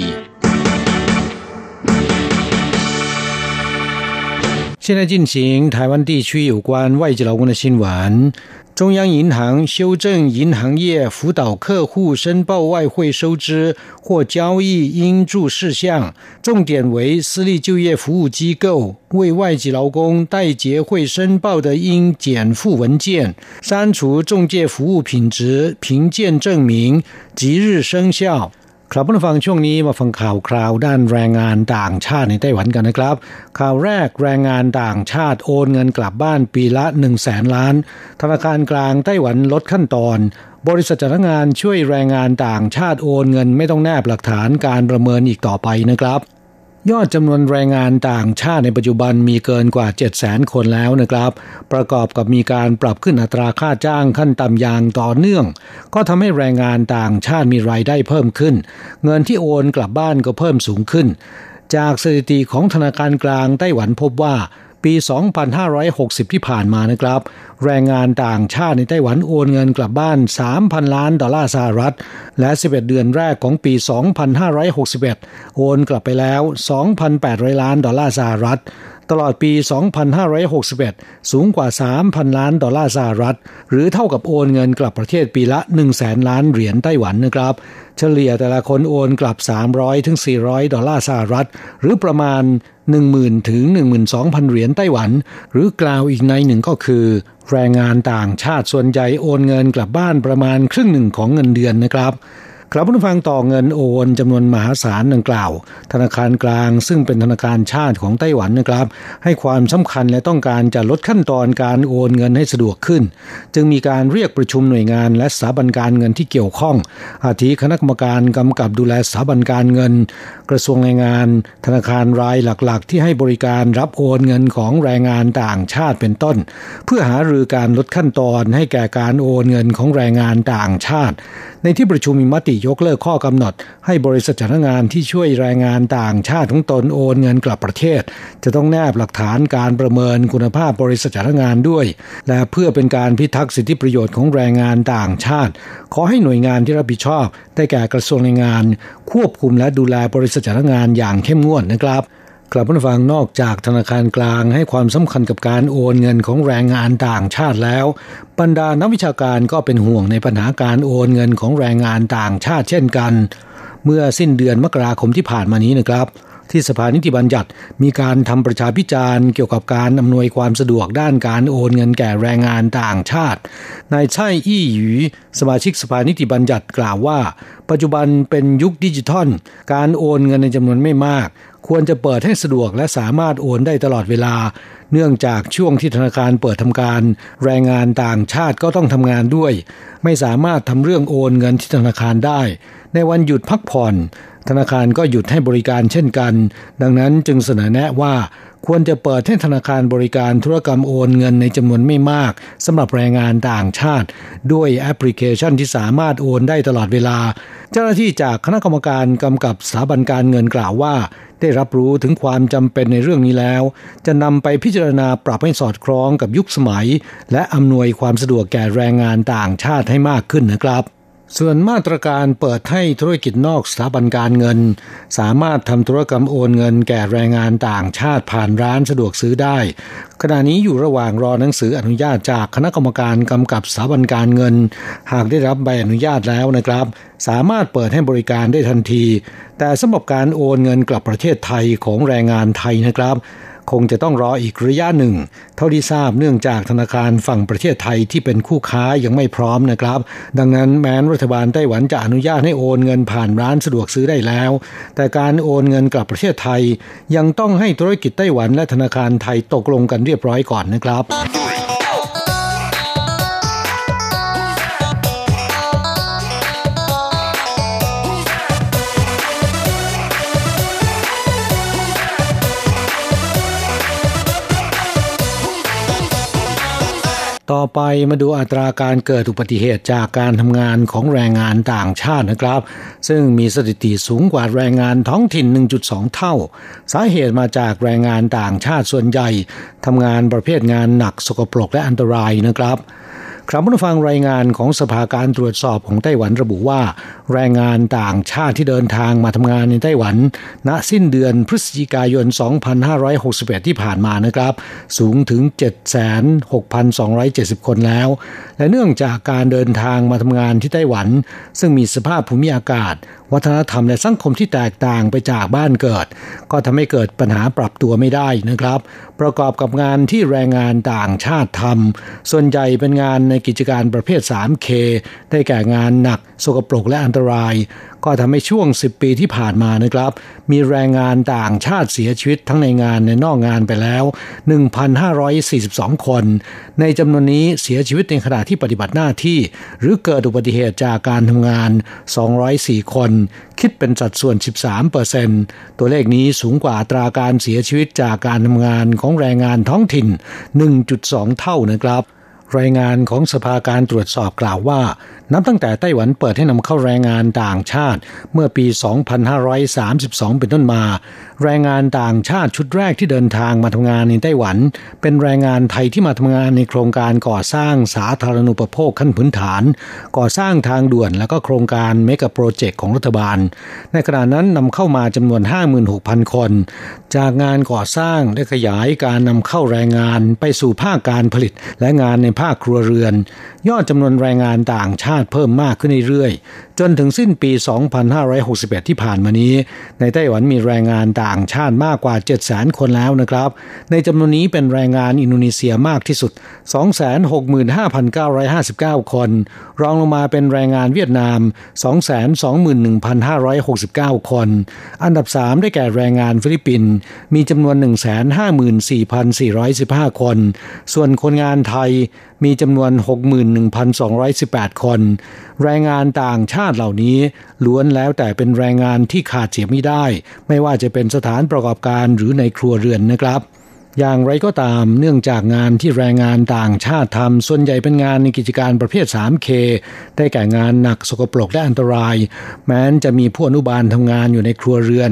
现在进行台湾地区有关外籍劳工的新闻。中央银行修正银行业辅导客户申报外汇收支或交易应注事项，重点为私立就业服务机构为外籍劳工代结汇申报的应减负文件，删除中介服务品质评鉴证明，即日生效。ครับผู้ฟังช่วงนี้มาฟังข่าวคราวด้านแรงงานต่างชาติในไต้หวันกันนะครับข่าวแรกแรงงานต่างชาติโอนเงินกลับบ้านปีละ 100,000 ล้านธนาคารกลางไต้หวันลดขั้นตอนบริษัทจ้างงานช่วยแรงงานต่างชาติโอนเงินไม่ต้องแนบหลักฐานการประเมินอีกต่อไปนะครับยอดจำนวนแรงงานต่างชาติในปัจจุบันมีเกินกว่า 700,000 คนแล้วนะครับประกอบกับมีการปรับขึ้นอัตราค่าจ้างขั้นต่ำอย่างต่อเนื่องก็ทำให้แรงงานต่างชาติมีรายได้เพิ่มขึ้นเงินที่โอนกลับบ้านก็เพิ่มสูงขึ้นจากสถิติของธนาคารกลางไต้หวันพบว่าปี 2560 ที่ผ่านมานะครับแรงงานต่างชาติในไต้หวันโอนเงินกลับบ้าน 3,000 ล้านดอลลาร์สหรัฐและ11เดือนแรกของปี 2561 โอนกลับไปแล้ว 2,800 ล้านดอลลาร์สหรัฐตลอดปี 2561 สูงกว่า 3,000 ล้านดอลลาร์สหรัฐหรือเท่ากับโอนเงินกลับประเทศปีละ 100,000 ล้านเหรียญไต้หวันนะครับเฉลี่ยแต่ละคนโอนกลับ 300 ถึง 400 ดอลลาร์สหรัฐหรือประมาณ 10,000 ถึง 12,000 เหรียญไต้หวันหรือกล่าวอีกในหนึ่งก็คือแรงงานต่างชาติส่วนใหญ่โอนเงินกลับบ้านประมาณครึ่งหนึ่งของเงินเดือนนะครับครับผู้ฟังต่อเงินโอนจำนวนมหาศาลดังกล่าวธนาคารกลางซึ่งเป็นธนาคารชาติของไต้หวันนะครับให้ความสำคัญและต้องการจะลดขั้นตอนการโอนเงินให้สะดวกขึ้นจึงมีการเรียกประชุมหน่วยงานและสถาบันการเงินที่เกี่ยวข้องอาทิคณะกรรมการกำกับดูแลสถาบันการเงินกระทรวงแรงงานธนาคารรายหลักๆที่ให้บริการรับโอนเงินของแรงงานต่างชาติเป็นต้นเพื่อหารือการลดขั้นตอนให้แก่การโอนเงินของแรงงานต่างชาติในที่ประชุมมีมติยกเลิกข้อกำหนดให้บริษัทจ้างงานที่ช่วยแรงงานต่างชาติของตนโอนเงินกลับประเทศจะต้องแนบหลักฐานการประเมินคุณภาพบริษัทจ้างงานด้วยและเพื่อเป็นการพิทักษ์สิทธิประโยชน์ของแรงงานต่างชาติขอให้หน่วยงานที่รับผิดชอบได้แก่กระทรวงแรงงานควบคุมและดูแลบริษัทจ้างงานอย่างเข้มงวดนะครับกลับมาฟังนอกจากธนาคารกลางให้ความสำคัญกับการโอนเงินของแรงงานต่างชาติแล้วบรรดานักวิชาการก็เป็นห่วงในปัญหาการโอนเงินของแรงงานต่างชาติเช่นกันเมื่อสิ้นเดือนมกราคมที่ผ่านมานี้นะครับที่สภานิติบัญญัติมีการทำประชาพิจารณ์เกี่ยวกับการอำนวยความสะดวกด้านการโอนเงินแก่แรงงานต่างชาตินายไช่อี้หยูสมาชิกสภานิติบัญญัติกล่าวว่าปัจจุบันเป็นยุคดิจิทัลการโอนเงินในจำนวนไม่มากควรจะเปิดให้สะดวกและสามารถโอนได้ตลอดเวลาเนื่องจากช่วงที่ธนาคารเปิดทำการแรงงานต่างชาติก็ต้องทำงานด้วยไม่สามารถทำเรื่องโอนเงินที่ธนาคารได้ในวันหยุดพักผ่อนธนาคารก็หยุดให้บริการเช่นกันดังนั้นจึงเสนอแนะว่าควรจะเปิดให้ธนาคารบริการธุรกรรมโอนเงินในจำนวนไม่มากสำหรับแรงงานต่างชาติด้วยแอปพลิเคชันที่สามารถโอนได้ตลอดเวลาเจ้าหน้าที่จากคณะกรรมการกำกับสถาบันการเงินกล่าวว่าได้รับรู้ถึงความจำเป็นในเรื่องนี้แล้วจะนำไปพิจารณาปรับให้สอดคล้องกับยุคสมัยและอำนวยความสะดวกแก่แรงงานต่างชาติให้มากขึ้นนะครับส่วนมาตรการเปิดให้ธุรกิจนอกสถาบันการเงินสามารถทำธุรกรรมโอนเงินแก่แรงงานต่างชาติผ่านร้านสะดวกซื้อได้ขณะนี้อยู่ระหว่างรอหนังสืออนุญาตจากคณะกรรมการกำกับสถาบันการเงินหากได้รับใบอนุญาตแล้วนะครับสามารถเปิดให้บริการได้ทันทีแต่สำหรับการโอนเงินกลับประเทศไทยของแรงงานไทยนะครับคงจะต้องรออีกระยะหนึ่งเท่าที่ทราบเนื่องจากธนาคารฝั่งประเทศไทยที่เป็นคู่ค้ายังไม่พร้อมนะครับดังนั้นแม้รัฐบาลไต้หวันจะอนุญาตให้โอนเงินผ่านร้านสะดวกซื้อได้แล้วแต่การโอนเงินกลับประเทศไทยยังต้องให้ธุรกิจไต้หวันและธนาคารไทยตกลงกันเรียบร้อยก่อนนะครับต่อไปมาดูอัตราการเกิดอุบัติเหตุจากการทำงานของแรงงานต่างชาตินะครับซึ่งมีสถิติสูงกว่าแรงงานท้องถิ่น 1.2 เท่าสาเหตุมาจากแรงงานต่างชาติส่วนใหญ่ทำงานประเภทงานหนักสกปรกและอันตรายนะครับครับผู้ฟังรายงานของสภาการตรวจสอบของไต้หวันระบุว่าแรงงานต่างชาติที่เดินทางมาทำงานในไต้หวันณสิ้นเดือนพฤศจิกายน 2561 ที่ผ่านมานะครับสูงถึง 76,270 คนแล้วและเนื่องจากการเดินทางมาทำงานที่ไต้หวันซึ่งมีสภาพภูมิอากาศวัฒนธรรมและสังคมที่แตกต่างไปจากบ้านเกิดก็ทำให้เกิดปัญหาปรับตัวไม่ได้นะครับประกอบกับงานที่แรงงานต่างชาติทำส่วนใหญ่เป็นงานในกิจการประเภท 3K ได้แก่งานหนักสกปรกและอันตรายก็ทำให้ช่วง10ปีที่ผ่านมานะครับมีแรงงานต่างชาติเสียชีวิตทั้งในงานและนอกงานไปแล้ว 1,542 คนในจำนวนนี้เสียชีวิตในขณะที่ปฏิบัติหน้าที่หรือเกิดอุบัติเหตุจากการทำงาน204คนคิดเป็นสัดส่วน 13% ตัวเลขนี้สูงกว่าอัตราการเสียชีวิตจากการทำงานของแรงงานท้องถิ่น 1.2 เท่านะครับรายงานของสภาการตรวจสอบกล่าวว่านับตั้งแต่ไต้หวันเปิดให้นำเข้าแรงงานต่างชาติเมื่อปี 2532 เป็นต้นมาแรงงานต่างชาติชุดแรกที่เดินทางมาทำงานในไต้หวันเป็นแรงงานไทยที่มาทำงานในโครงการก่อสร้างสาธารณูปโภคขั้นพื้นฐานก่อสร้างทางด่วนและก็โครงการเมกะโปรเจกต์ของรัฐบาลในขณะนั้นนำเข้ามาจำนวน 56,000 คนจากงานก่อสร้างได้ขยายการนำเข้าแรงงานไปสู่ภาคการผลิตและงานในภาคครัวเรือนยอดจำนวนแรงงานต่างชาติเพิ่มมากขึ้นเรื่อยๆจนถึงสิ้นปี 2561 ที่ผ่านมานี้ในไต้หวันมีแรงงานต่างชาติมากกว่า 700,000 คนแล้วนะครับในจำนวนนี้เป็นแรงงานอินโดนีเซียมากที่สุด 265,959 คนรองลงมาเป็นแรงงานเวียดนาม 221,569 คนอันดับ3ได้แก่แรงงานฟิลิปปินส์มีจำนวน 154,415 คนส่วนคนงานไทยมีจำนวน 61,218 คนแรงงานต่างชาติเหล่านี้ล้วนแล้วแต่เป็นแรงงานที่ขาดเสียไม่ได้ไม่ว่าจะเป็นสถานประกอบการหรือในครัวเรือนนะครับอย่างไรก็ตามเนื่องจากงานที่แรงงานต่างชาติทำส่วนใหญ่เป็นงานในกิจการประเภท 3K ได้แก่งานหนักสกปรกและอันตรายแม้นจะมีผู้อนุบาลทำงานอยู่ในครัวเรือน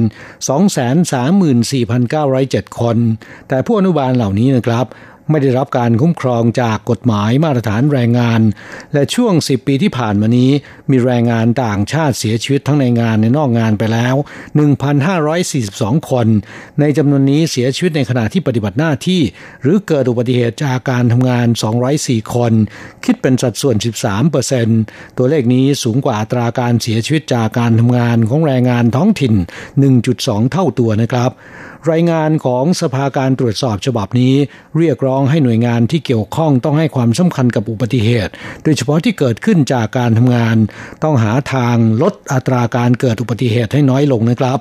234,907 คนแต่ผู้อนุบาลเหล่านี้นะครับไม่ได้รับการคุ้มครองจากกฎหมายมาตรฐานแรงงานและช่วง10ปีที่ผ่านมานี้มีแรงงานต่างชาติเสียชีวิตทั้งในงานและนอกงานไปแล้ว 1,542 คนในจำนวนนี้เสียชีวิตในขณะที่ปฏิบัติหน้าที่หรือเกิดอุบัติเหตุจากการทำงาน204คนคิดเป็นสัดส่วน 13% ตัวเลขนี้สูงกว่าอัตราการเสียชีวิตจากการทำงานของแรงงานท้องถิ่น 1.2 เท่าตัวนะครับรายงานของสภาการตรวจสอบฉบับนี้เรียกร้องให้หน่วยงานที่เกี่ยวข้องต้องให้ความสำคัญกับอุบัติเหตุโดยเฉพาะที่เกิดขึ้นจากการทำงานต้องหาทางลดอัตราการเกิดอุบัติเหตุให้น้อยลงนะครับ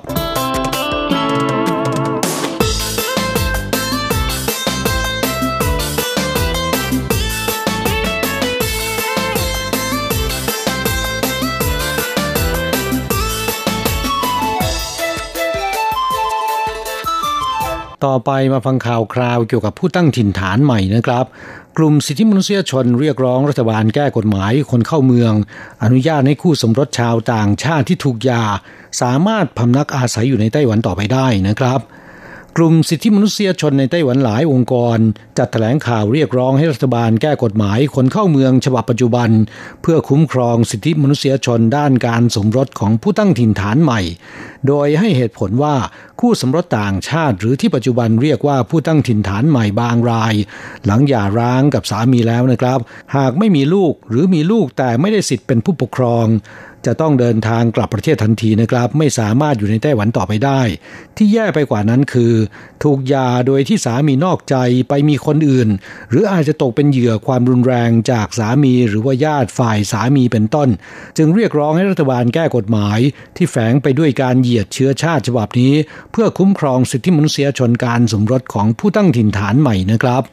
ต่อไปมาฟังข่าวคราวเกี่ยวกับผู้ตั้งถิ่นฐานใหม่นะครับกลุ่มสิทธิมนุษยชนเรียกร้องรัฐบาลแก้กฎหมายคนเข้าเมืองอนุญาตให้คู่สมรสชาวต่างชาติที่ถูกหย่าสามารถพำนักอาศัยอยู่ในไต้หวันต่อไปได้นะครับกลุ่มสิทธิมนุษยชนในไต้หวันหลายองค์กรจัดแถลงข่าวเรียกร้องให้รัฐบาลแก้กฎหมายคนเข้าเมืองฉบับปัจจุบันเพื่อคุ้มครองสิทธิมนุษยชนด้านการสมรสของผู้ตั้งถิ่นฐานใหม่โดยให้เหตุผลว่าคู่สมรสต่างชาติหรือที่ปัจจุบันเรียกว่าผู้ตั้งถิ่นฐานใหม่บางรายหลังหย่าร้างกับสามีแล้วนะครับหากไม่มีลูกหรือมีลูกแต่ไม่ได้สิทธิ์เป็นผู้ปกครองจะต้องเดินทางกลับประเทศทันทีนะครับไม่สามารถอยู่ในไต้หวันต่อไปได้ที่แย่ไปกว่านั้นคือถูกหย่าโดยที่สามีนอกใจไปมีคนอื่นหรืออาจจะตกเป็นเหยื่อความรุนแรงจากสามีหรือว่าญาติฝ่ายสามีเป็นต้นจึงเรียกร้องให้รัฐบาลแก้กฎหมายที่แฝงไปด้วยการเหยียดเชื้อชาติฉบับนี้เพื่อคุ้มครองสิทธิมนุษยชนการสมรสของผู้ตั้งถิ่นฐานใหม่นะครับ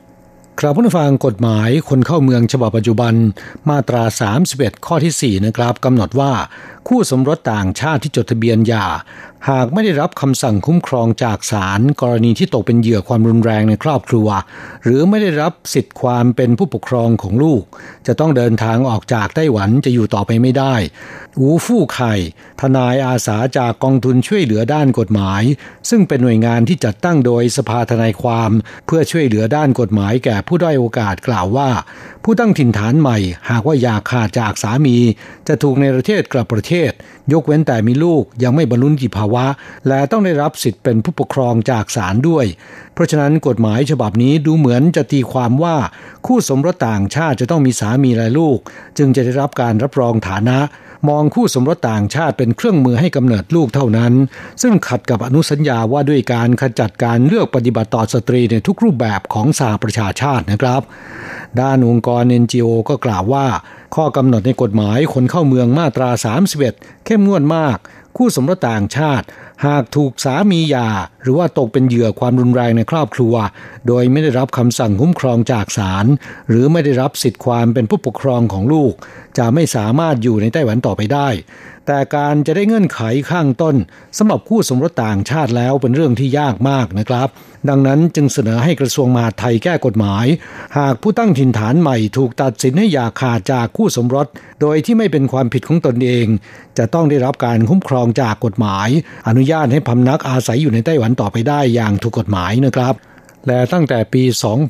ครับผู้ฟังกฎหมายคนเข้าเมืองฉบับปัจจุบันมาตรา31ข้อที่4นะครับกำหนดว่าคู่สมรสต่างชาติที่จดทะเบียนหย่าหากไม่ได้รับคำสั่งคุ้มครองจากศาลกรณีที่ตกเป็นเหยื่อความรุนแรงในครอบครัวหรือไม่ได้รับสิทธิความเป็นผู้ปกครองของลูกจะต้องเดินทางออกจากไต้หวันจะอยู่ต่อไปไม่ได้อูฟู่ไข่ทนายอาสาจากกองทุนช่วยเหลือด้านกฎหมายซึ่งเป็นหน่วยงานที่จัดตั้งโดยสภาทนายความเพื่อช่วยเหลือด้านกฎหมายแก่ผู้ด้อยโอกาสกล่าวว่าผู้ตั้งถิ่นฐานใหม่หากว่าอย่าขาดจากสามีจะถูกในประเทศกลับประเทศยกเว้นแต่มีลูกยังไม่บรรลุนิติภาวะและต้องได้รับสิทธิ์เป็นผู้ปกครองจากศาลด้วยเพราะฉะนั้นกฎหมายฉบับนี้ดูเหมือนจะตีความว่าคู่สมรสต่างชาติจะต้องมีสามีและลูกจึงจะได้รับการรับรองฐานะมองคู่สมรสต่างชาติเป็นเครื่องมือให้กำเนิดลูกเท่านั้นซึ่งขัดกับอนุสัญญาว่าด้วยการขจัดการเลือกปฏิบัติต่อสตรีในทุกรูปแบบของสหประชาชาตินะครับด้านองค์กร NGO ก็กล่าวว่าข้อกำหนดในกฎหมายคนเข้าเมืองมาตรา31เข้มงวดมากคู่สมรสต่างชาติหากถูกสามีหย่าหรือว่าตกเป็นเหยื่อความรุนแรงในครอบครัวโดยไม่ได้รับคำสั่งคุ้มครองจากศาลหรือไม่ได้รับสิทธิความเป็นผู้ปกครองของลูกจะไม่สามารถอยู่ในไต้หวันต่อไปได้แต่การจะได้เงื่อนไขข้างต้นสำหรับคู่สมรสต่างชาติแล้วเป็นเรื่องที่ยากมากนะครับดังนั้นจึงเสนอให้กระทรวงมหาดไทยแก้กฎหมายหากผู้ตั้งถิ่นฐานใหม่ถูกตัดสินให้อย่าขาดจากคู่สมรสโดยที่ไม่เป็นความผิดของตนเองจะต้องได้รับการคุ้มครองจากกฎหมายอนุญาตให้พำนักอาศัยอยู่ในไต้หวันต่อไปได้อย่างถูกกฎหมายนะครับและตั้งแต่ปี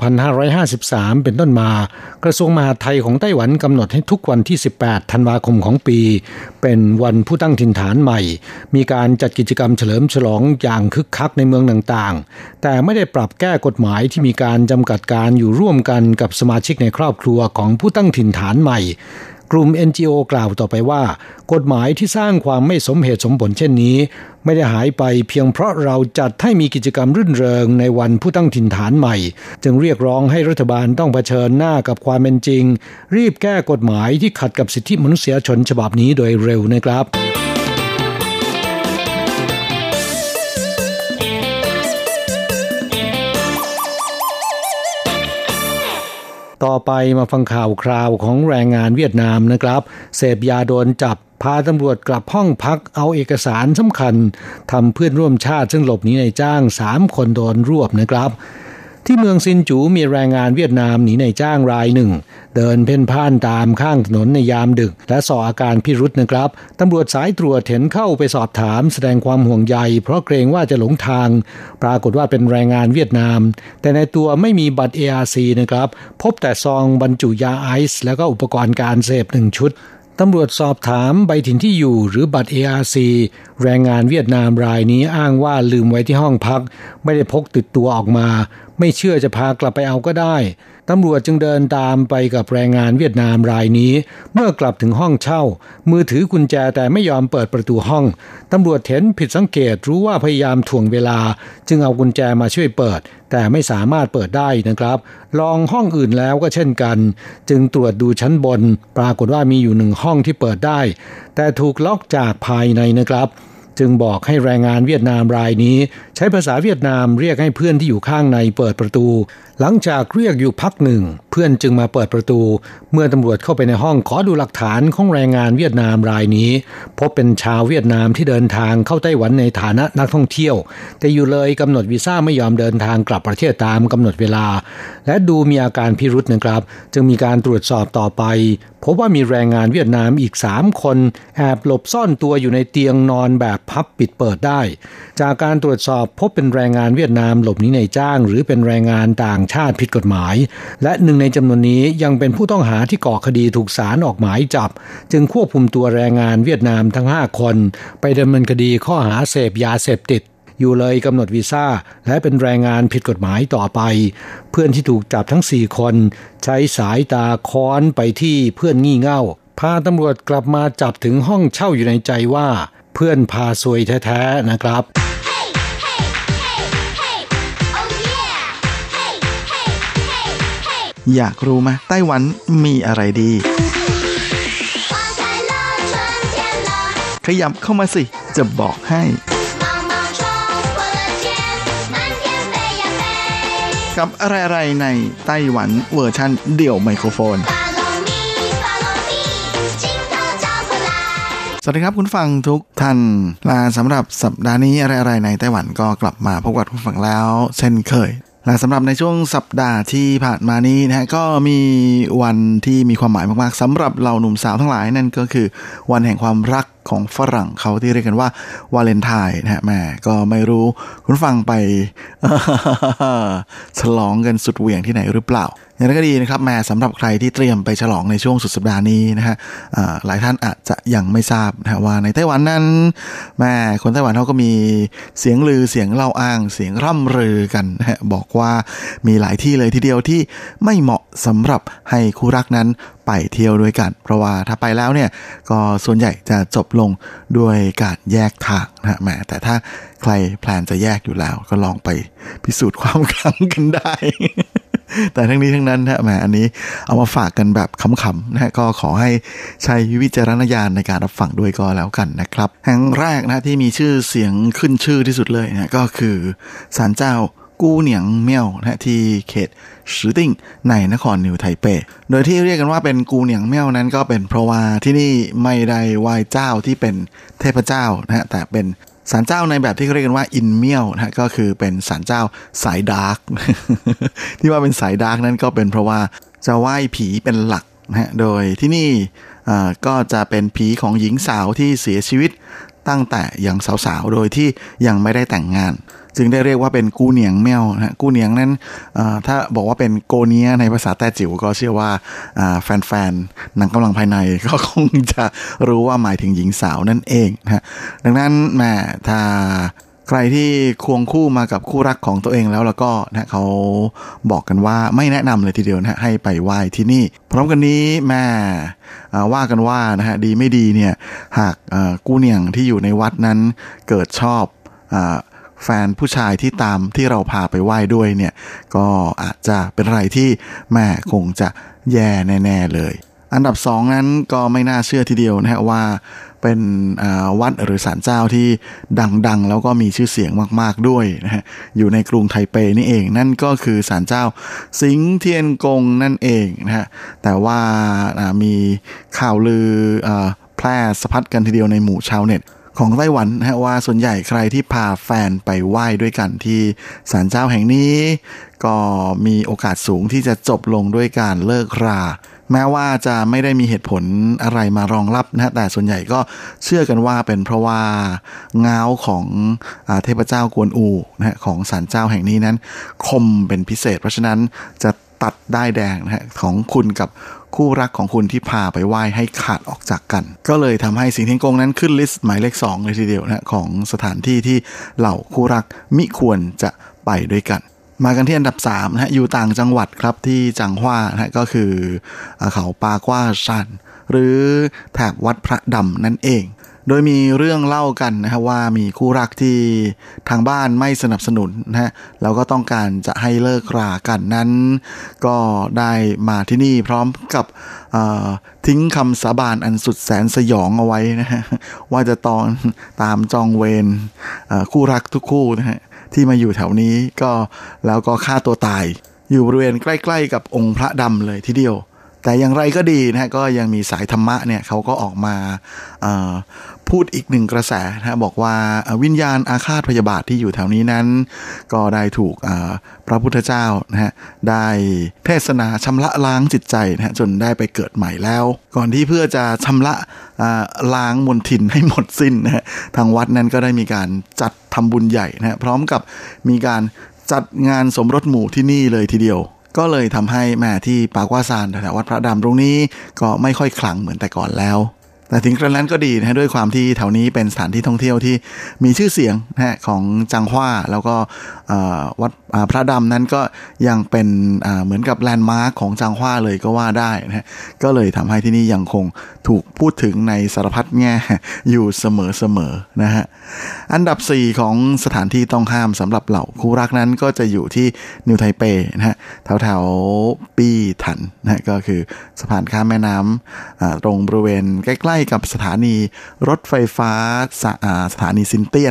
2553 เป็นต้นมากระทรวงมหาดไทยของไต้หวันกำหนดให้ทุกวันที่ 18 ธันวาคมของปีเป็นวันผู้ตั้งถิ่นฐานใหม่มีการจัดกิจกรรมเฉลิมฉลองอย่างคึกคักในเมืองต่างๆแต่ไม่ได้ปรับแก้กฎหมายที่มีการจำกัดการอยู่ร่วมกันกับสมาชิกในครอบครัวของผู้ตั้งถิ่นฐานใหม่กลุ่ม NGO กล่าวต่อไปว่ากฎหมายที่สร้างความไม่สมเหตุสมผลเช่นนี้ไม่ได้หายไปเพียงเพราะเราจัดให้มีกิจกรรมรื่นเริงในวันผู้ตั้งถิ่นฐานใหม่จึงเรียกร้องให้รัฐบาลต้องเผชิญหน้ากับความเป็นจริงรีบแก้กฎหมายที่ขัดกับสิทธิมนุษยชนฉบับนี้โดยเร็วนะครับต่อไปมาฟังข่าวคราวของแรงงานเวียดนามนะครับเสพยาโดนจับพาตำรวจกลับห้องพักเอาเอกสารสำคัญทำเพื่อนร่วมชาติซึ่งหลบหนีนายจ้าง3คนโดนรวบนะครับที่เมืองซินจูมีแรงงานเวียดนามหนีนายจ้างรายหนึ่งเดินเพ่นพ่านตามข้างถนนในยามดึกและส่ออาการพิรุธนะครับตำรวจสายตรวจเห็นเข้าไปสอบถามแสดงความห่วงใยเพราะเกรงว่าจะหลงทางปรากฏว่าเป็นแรงงานเวียดนามแต่ในตัวไม่มีบัตร ARC นะครับพบแต่ซองบรรจุยาไอซ์แล้วก็อุปกรณ์การเสพ1ชุดตำรวจสอบถามใบถิ่นที่อยู่หรือบัตร ARC แรงงานเวียดนามรายนี้อ้างว่าลืมไว้ที่ห้องพักไม่ได้พกติดตัวออกมาไม่เชื่อจะพากลับไปเอาก็ได้ตำรวจจึงเดินตามไปกับแรงงานเวียดนามรายนี้เมื่อกลับถึงห้องเช่ามือถือกุญแจแต่ไม่ยอมเปิดประตูห้องตำรวจเห็นผิดสังเกตรู้ว่าพยายามถ่วงเวลาจึงเอากุญแจมาช่วยเปิดแต่ไม่สามารถเปิดได้นะครับลองห้องอื่นแล้วก็เช่นกันจึงตรวจดูชั้นบนปรากฏว่ามีอยู่1ห้องที่เปิดได้แต่ถูกล็อกจากภายในนะครับจึงบอกให้แรงงานเวียดนามรายนี้ใช้ภาษาเวียดนามเรียกให้เพื่อนที่อยู่ข้างในเปิดประตูหลังจากเรียกอยู่พักหนึ่งเพื่อนจึงมาเปิดประตูเมื่อตำรวจเข้าไปในห้องขอดูหลักฐานของแรงงานเวียดนามรายนี้พบเป็นชาวเวียดนามที่เดินทางเข้าไต้หวันในฐานะนักท่องเที่ยวแต่อยู่เลยกำหนดวีซ่าไม่ยอมเดินทางกลับประเทศตามกำหนดเวลาและดูมีอาการพิรุธนะครับจึงมีการตรวจสอบต่อไปพบว่ามีแรงงานเวียดนามอีก3คนแอบหลบซ่อนตัวอยู่ในเตียงนอนแบบพับปิดเปิดได้จากการตรวจสอบพบเป็นแรงงานเวียดนามหลบหนีนายจ้างหรือเป็นแรงงานต่างชาติผิดกฎหมายและหนึ่งในจำนวนนี้ยังเป็นผู้ต้องหาที่ก่อคดีถูกศาลออกหมายจับจึงควบคุมตัวแรงงานเวียดนามทั้ง5คนไปดำเนินคดีข้อหาเสพยาเสพติดอยู่เลยกำหนดวีซ่าและเป็นแรงงานผิดกฎหมายต่อไปเพื่อนที่ถูกจับทั้ง4คนใช้สายตาค้อนไปที่เพื่อนงี่เง่าพาตำรวจกลับมาจับถึงห้องเช่าอยู่ในใจว่าเพื่อนพาซวยแท้ๆนะครับอยากรู้ไหมไต้หวันมีอะไรดีขยับเข้ามาสิจะบอกให้กับอะไรๆในไต้หวันเวอร์ชันเดี่ยวไมโครโฟนสวัสดีครับคุณฟังทุกท่านและสำหรับสัปดาห์นี้อะไรๆในไต้หวันก็กลับมาพบกับคุณฟังแล้วเช่นเคยและสำหรับในช่วงสัปดาห์ที่ผ่านมานี้นะฮะก็มีวันที่มีความหมายมากๆสำหรับเหล่าหนุ่มสาวทั้งหลายนั่นก็คือวันแห่งความรักของฝรั่งเขาที่เรียกกันว่าวาเลนไทน์นะฮะแม่ก็ไม่รู้คุณฟังไป ฉลองกันสุดเหวี่ยงที่ไหนหรือเปล่าอย่างนั้นก็ดีนะครับแม่สำหรับใครที่เตรียมไปฉลองในช่วงสุดสัปดาห์นี้นะฮะหลายท่านอาจจะยังไม่ทราบนะว่าในไต้หวันนั้นแม่คนไต้หวันเขาก็มีเสียงลือเสียงเล่าอ้างเสียงร่ำลือกันนะฮะบอกว่ามีหลายที่เลยทีเดียวที่ไม่เหมาะสำหรับให้คู่รักนั้นไปเที่ยวด้วยกันเพราะว่าถ้าไปแล้วเนี่ยก็ส่วนใหญ่จะจบลงด้วยการแยกทางนะแหมแต่ถ้าใครแพลนจะแยกอยู่แล้วก็ลองไปพิสูจน์ความครั้งกันได้ แต่ทั้งนี้ทั้งนั้นนะแหมอันนี้เอามาฝากกันแบบขำๆนะก็ขอให้ใช้วิจารณญาณในการรับฟังด้วยก็แล้วกันนะครับแห่งแรกนะที่มีชื่อเสียงขึ้นชื่อที่สุดเลยนะก็คือศาลเจ้ากู้เหนียงเมี่ยวนะที่เขตสือติ้งในนครนิวไทเปโดยที่เรียกกันว่าเป็นกูเหนียงเมี่ยวนั้นก็เป็นเพราะว่าที่นี่ไม่ได้ไหว้เจ้าที่เป็นเทพเจ้านะฮะแต่เป็นศาลเจ้าในแบบที่เขาเรียกกันว่าอินเมี่ยวนะก็คือเป็นศาลเจ้าสายดาร์ก ที่ว่าเป็นสายดาร์กนั้นก็เป็นเพราะว่าจะไหว้ผีเป็นหลักนะฮะโดยที่นี่ก็จะเป็นผีของหญิงสาวที่เสียชีวิตตั้งแต่ยังสาวๆโดยที่ยังไม่ได้แต่งงานจึงได้เรียกว่าเป็นกูเหนียงเมี่ยวนะกูเหนียงนั้นถ้าบอกว่าเป็นโกเนียในภาษาแต้จิ๋วก็เชื่อว่าแฟนๆหนังกำลังภายในก็คงจะรู้ว่าหมายถึงหญิงสาวนั่นเองนะดังนั้นแม่ถ้าใครที่ควงคู่มากับคู่รักของตัวเองแล้วก็นะเขาบอกกันว่าไม่แนะนำเลยทีเดียวนะให้ไปไหว้ที่นี่พร้อมกันนี้แม่ว่ากันว่านะฮะดีไม่ดีเนี่ยหากกู้เหนียงที่อยู่ในวัดนั้นเกิดชอบแฟนผู้ชายที่ตามที่เราพาไปไหว้ด้วยเนี่ยก็อาจจะเป็นอะไรที่แม่คงจะแย่แน่ๆเลยอันดับ2นั้นก็ไม่น่าเชื่อทีเดียวนะฮะว่าเป็นวัดหรือศาลเจ้าที่ดังๆแล้วก็มีชื่อเสียงมากๆด้วยนะฮะอยู่ในกรุงไทเปนี่เองนั่นก็คือศาลเจ้าสิงห์เทียนกงนั่นเองนะฮะแต่ว่ามีข่าวลือแพร่สะพัดกันทีเดียวในหมู่ชาวเน็ตของไต้หวันนะฮะว่าส่วนใหญ่ใครที่พาแฟนไปไหว้ด้วยกันที่ศาลเจ้าแห่งนี้ก็มีโอกาสสูงที่จะจบลงด้วยการเลิกราแม้ว่าจะไม่ได้มีเหตุผลอะไรมารองรับนะแต่ส่วนใหญ่ก็เชื่อกันว่าเป็นเพราะว่าง้าวของเทพเจ้ากวนอูนะฮะของศาลเจ้าแห่งนี้นั้นคมเป็นพิเศษเพราะฉะนั้นจะตัดด้ายแดงนะฮะของคุณกับคู่รักของคุณที่พาไปไหว้ให้ขาดออกจากกันก็เลยทำให้สิงห์เทียนกงนั้นขึ้นลิสต์หมายเลข2เลยทีเดียวนะของสถานที่ที่เหล่าคู่รักมิควรจะไปด้วยกันมากันที่อันดับ3นะฮะอยู่ต่างจังหวัดครับที่จังหว้านะฮะก็คือเขาปากว้าชันหรือแถบวัดพระดำนั่นเองโดยมีเรื่องเล่ากันนะฮะว่ามีคู่รักที่ทางบ้านไม่สนับสนุนนะฮะแล้วก็ต้องการจะให้เลิกรากันนั้นก็ได้มาที่นี่พร้อมกับทิ้งคำสาบานอันสุดแสนสยองเอาไว้นะฮะว่าจะตามจองเวรคู่รักทุกคู่นะฮะที่มาอยู่แถวนี้ก็แล้วก็ฆ่าตัวตายอยู่บริเวณใกล้ๆกับองค์พระดำเลยทีเดียวแต่อย่างไรก็ดีนะฮะก็ยังมีสายธรรมะเนี่ยเขาก็ออกมาพูดอีกหนึ่งกระแสนะฮะบอกว่าวิญญาณอาฆาตพยาบาทที่อยู่แถวนี้นั้นก็ได้ถูกพระพุทธเจ้านะฮะได้เทศนาชำระล้างจิตใจนะฮะจนได้ไปเกิดใหม่แล้วก่อนที่เพื่อจะชำระล้างมลทินให้หมดสิ้นนะฮะทางวัดนั้นก็ได้มีการจัดทำบุญใหญ่นะฮะพร้อมกับมีการจัดงานสมรสหมู่ที่นี่เลยทีเดียวก็เลยทำให้แม่ที่ปากว้าซานแถววัดพระดำตรงนี้ก็ไม่ค่อยขลังเหมือนแต่ก่อนแล้วแต่ถึงกระนั้นก็ดีนะด้วยความที่แถวนี้เป็นสถานที่ท่องเที่ยวที่มีชื่อเสียงนะฮะของจังหว้าแล้วก็วัดพระดำนั้นก็ยังเป็นเหมือนกับแลนด์มาร์คของจังหว้าเลยก็ว่าได้นะฮะก็เลยทำให้ที่นี่ยังคงถูกพูดถึงในสารพัดแง่อยู่เสมอๆนะฮะอันดับ4ของสถานที่ต้องห้ามสำหรับเหล่าคู่รักนั้นก็จะอยู่ที่นิวไทเปนะฮะแถวปีถันนะฮะก็คือสะพานข้ามแม่น้ำตรงบริเวณใกล้ๆกับสถานีรถไฟฟ้าสถานีซินเตี้ยนจ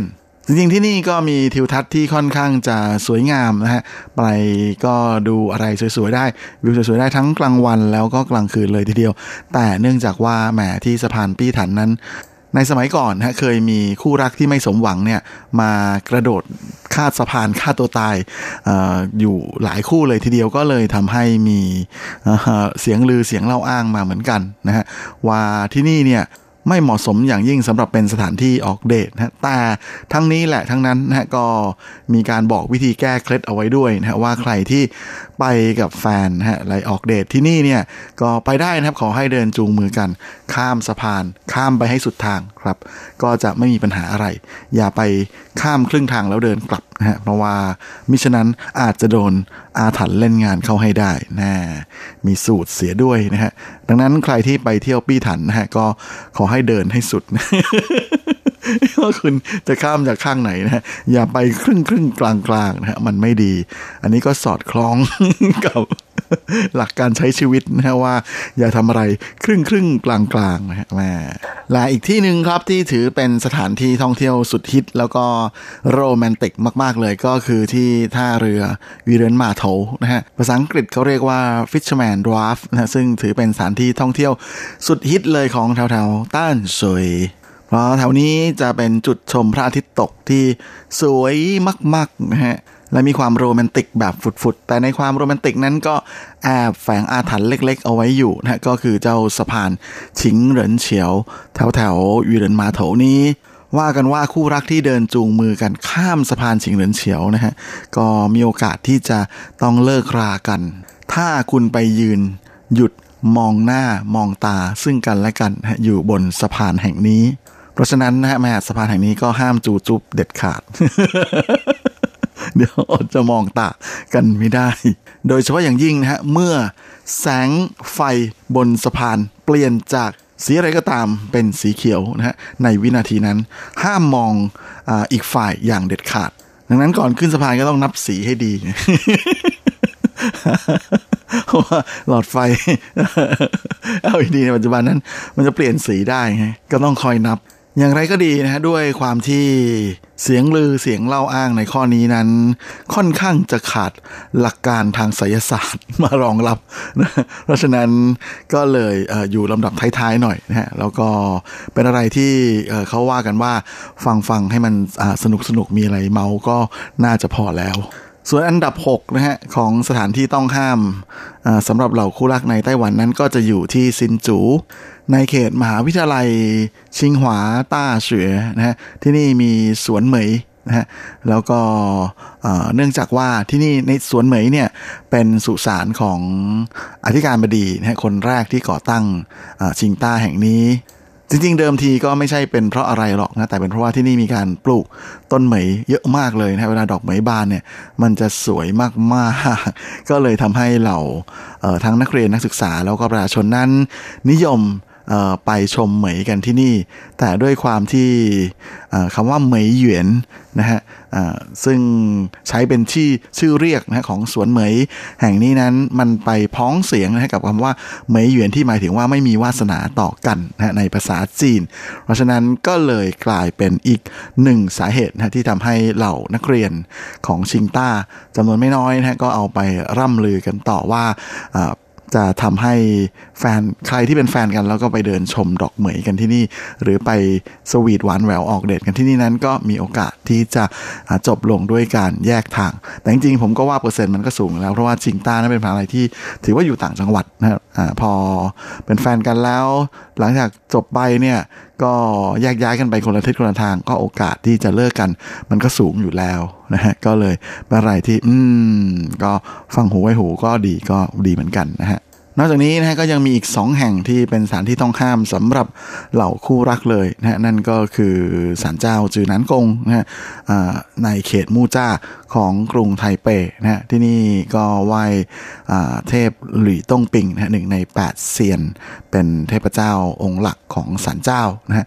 จริงๆที่นี่ก็มีทิวทัศน์ที่ค่อนข้างจะสวยงามนะฮะไปก็ดูอะไรสวยๆได้วิวสวยๆได้ทั้งกลางวันแล้วก็กลางคืนเลยทีเดียวแต่เนื่องจากว่าแหมที่สะพานปี้ถันนั้นในสมัยก่อนเคยมีคู่รักที่ไม่สมหวังเนี่ยมากระโดดข้ามสะพานฆ่าตัวตาย อยู่หลายคู่เลยทีเดียวก็เลยทำให้มีเสียงลือเสียงเล่าอ้างมาเหมือนกันนะฮะว่าที่นี่เนี่ยไม่เหมาะสมอย่างยิ่งสำหรับเป็นสถานที่ออกเดทนะแต่ทั้งนี้แหละทั้งนั้นนะก็มีการบอกวิธีแก้เคล็ดเอาไว้ด้วยนะว่าใครที่ไปกับแฟนนะฮะอะไรออกเดทที่นี่เนี่ยก็ไปได้นะครับขอให้เดินจูงมือกันข้ามสะพานข้ามไปให้สุดทางครับก็จะไม่มีปัญหาอะไรอย่าไปข้ามครึ่งทางแล้วเดินกลับนะฮะเพราะว่ามิฉะนั้นอาจจะโดนอาถรรพ์เล่นงานเข้าให้ได้นะมีสูตรเสียด้วยนะฮะดังนั้นใครที่ไปเที่ยวปี้ถันนะฮะก็ขอให้เดินให้สุด ว่าคุณจะข้ามจากข้างไหนนะฮะอย่าไปครึ่งกลางนะฮะมันไม่ดีอันนี้ก็สอดคล้อง กับหลักการใช้ชีวิตนะฮะว่าอย่าทำอะไรครึ่งกลางนะฮะแม่และอีกที่หนึ่งครับที่ถือเป็นสถานที่ท่องเที่ยวสุดฮิตแล้วก็โรแมนติกมากๆเลยก็คือที่ท่าเรือวีเรนมาโถนะฮะภาษาอังกฤษเขาเรียกว่า Fisherman Wharf นะซึ่งถือเป็นสถานที่ท่องเที่ยวสุดฮิตเลยของแถวๆต้านซุยเพราะแถวนี้จะเป็นจุดชมพระอาทิตย์ตกที่สวยมากๆนะฮะและมีความโรแมนติกแบบฝุดๆแต่ในความโรแมนติกนั้นก็แอบแฝงอาถรรพ์เล็กๆเอาไว้อยู่นะก็คือเจ้าสะพานฉิงเหรินเฉียวแถววีเรินมาโถนี้ว่ากันว่าคู่รักที่เดินจูงมือกันข้ามสะพานฉิงเหรินเฉียวนะฮะก็มีโอกาสที่จะต้องเลิกรากันถ้าคุณไปยืนหยุดมองหน้ามองตาซึ่งกันและกันอยู่บนสะพานแห่งนี้เพราะฉะนั้นนะฮะแม่สะพานแห่งนี้ก็ห้ามจูจุ๊บเด็ดขาด เดี๋ยวอดจะมองตากันไม่ได้โดยเฉพาะอย่างยิ่งนะฮะเมื่อแสงไฟบนสะพานเปลี่ยนจากสีอะไรก็ตามเป็นสีเขียวนะฮะในวินาทีนั้นห้ามมองอีกฝ่ายอย่างเด็ดขาดดังนั้นก่อนขึ้นสะพานก็ต้องนับสีให้ดี เพราะว่าหลอดไฟ LED ในปัจจุบันนั้นมันจะเปลี่ยนสีได้ไงก็ต้องคอยนับอย่างไรก็ดีนะฮะด้วยความที่เสียงลือเสียงเล่าอ้างในข้อนี้นั้นค่อนข้างจะขาดหลักการทางไสยศาสตร์มารองรับนะเพราะฉะนั้นก็เลยอยู่ลำดับท้ายๆหน่อยนะฮะแล้วก็เป็นอะไรที่เขาว่ากันว่าฟังให้มันสนุกมีอะไรเมาก็น่าจะพอแล้วส่วนอันดับ6นะฮะของสถานที่ต้องห้ามสำหรับเหล่าคู่รักในไต้หวันนั้นก็จะอยู่ที่ซินจูในเขตมหาวิทยาลัยชิงหวาต้าเฉวยนะฮะที่นี่มีสวนเหมยนะฮะแล้วก็เนื่องจากว่าที่นี่ในสวนเหมยเนี่ยเป็นสุสานของอธิการบดีนะฮะคนแรกที่ก่อตั้งชิงต้าแห่งนี้จริงๆเดิมทีก็ไม่ใช่เป็นเพราะอะไรหรอกนะแต่เป็นเพราะว่าที่นี่มีการปลูกต้นเหมยเยอะมากเลยนะเวลาดอกเหมยบานเนี่ยมันจะสวยมากๆก็เลยทำให้เหล่าทั้งนักเรียนนักศึกษาแล้วก็ประชาชนนั้นนิยมไปชมเหมยกันที่นี่แต่ด้วยความที่คำว่าเหมยหยวนนะฮะซึ่งใช้เป็นชื่อเรียกนะของสวนเหมยแห่งนี้นั้นมันไปพ้องเสียงนะกับคำว่าเหมยหยวนที่หมายถึงว่าไม่มีวาสนาต่อกันนะในภาษาจีนเพราะฉะนั้นก็เลยกลายเป็นอีกหนึ่งสาเหตุนะที่ทำให้เหล่านักเรียนของชิงต้าจำนวนไม่น้อยนะก็เอาไปร่ำลือกันต่อว่าจะทำให้แฟนใครที่เป็นแฟนกันแล้วก็ไปเดินชมดอกเหมยกันที่นี่หรือไปสวีทหวานแหววออกเดทกันที่นี่นั้นก็มีโอกาสที่จะจบลงด้วยการแยกทางแต่จริงๆผมก็ว่าเปอร์เซ็นต์มันก็สูงแล้วเพราะว่าชิงต้านั้นเป็นอะไรที่ถือว่าอยู่ต่างจังหวัดนะครับพอเป็นแฟนกันแล้วหลังจากจบไปเนี่ยก็แยกย้ายกันไปคนละทิศคนละทางก็โอกาสที่จะเลิกกันมันก็สูงอยู่แล้วนะฮะก็เลยเป็นอะไรที่ก็ฟังหูไว้หูก็ดีเหมือนกันนะฮะนอกจากนี้นะฮะก็ยังมีอีก2แห่งที่เป็นสถานที่ต้องห้ามสำหรับเหล่าคู่รักเลยนะฮะนั่นก็คือศาลเจ้าจือหนานกงนะฮะในเขตมู่จ้าของกรุงไทเปนะฮะที่นี่ก็ไหว้เทพหลี่ต้งปิงนะฮะ1ใน8เซียนเป็นเทพเจ้าองค์หลักของศาลเจ้านะฮะ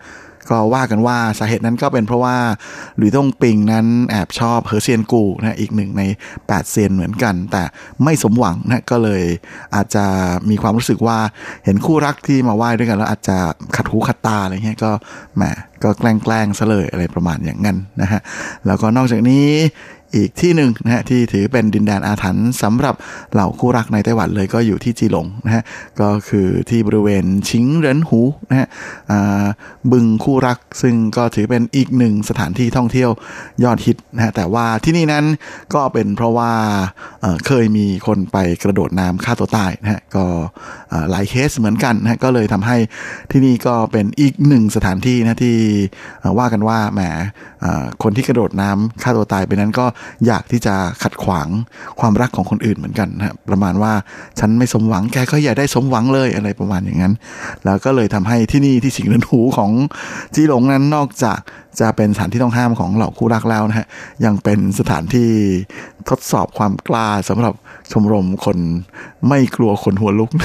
ก็ว่ากันว่าสาเหตุนั้นก็เป็นเพราะว่าหลุยต้งปิงนั้นแอบชอบเหอเซียนกูนะอีกหนึ่งใน8เซียนเหมือนกันแต่ไม่สมหวังนะก็เลยอาจจะมีความรู้สึกว่าเห็นคู่รักที่มาไหว้ด้วยกันแล้วอาจจะขัดหูขัดตาอะไรเงี้ยก็แหมก็แกล้งซะเลยอะไรประมาณอย่างนั้นนะฮะแล้วก็นอกจากนี้อีกที่หนึ่งนะฮะที่ถือเป็นดินแดนอาถรรพ์สำหรับเหล่าคู่รักในไต้หวันเลยก็อยู่ที่จีหลงนะฮะก็คือที่บริเวณชิงเหรินหูนะฮะบึงคู่รักซึ่งก็ถือเป็นอีกหนึ่งสถานที่ท่องเที่ยวยอดฮิตนะฮะแต่ว่าที่นี่นั้นก็เป็นเพราะว่าเคยมีคนไปกระโดดน้ำฆ่าตัวตายนะฮะก็หลายเคสเหมือนกันนะก็เลยทำให้ที่นี่ก็เป็นอีกหนึ่งสถานที่นะที่ว่ากันว่าแหมคนที่กระโดดน้ำฆ่าตัวตายไปนั้นก็อยากที่จะขัดขวางความรักของคนอื่นเหมือนกันนะประมาณว่าฉันไม่สมหวังแกก็อย่าได้สมหวังเลยอะไรประมาณอย่างนั้นแล้วก็เลยทำให้ที่นี่ที่สิงห์เหรินหูของจีหลงนั้นนอกจากจะเป็นสถานที่ต้องห้ามของเหล่าคู่รักแล้วนะฮะยังเป็นสถานที่ทดสอบความกล้าสำหรับชมรมคนไม่กลัวคนหัวลุก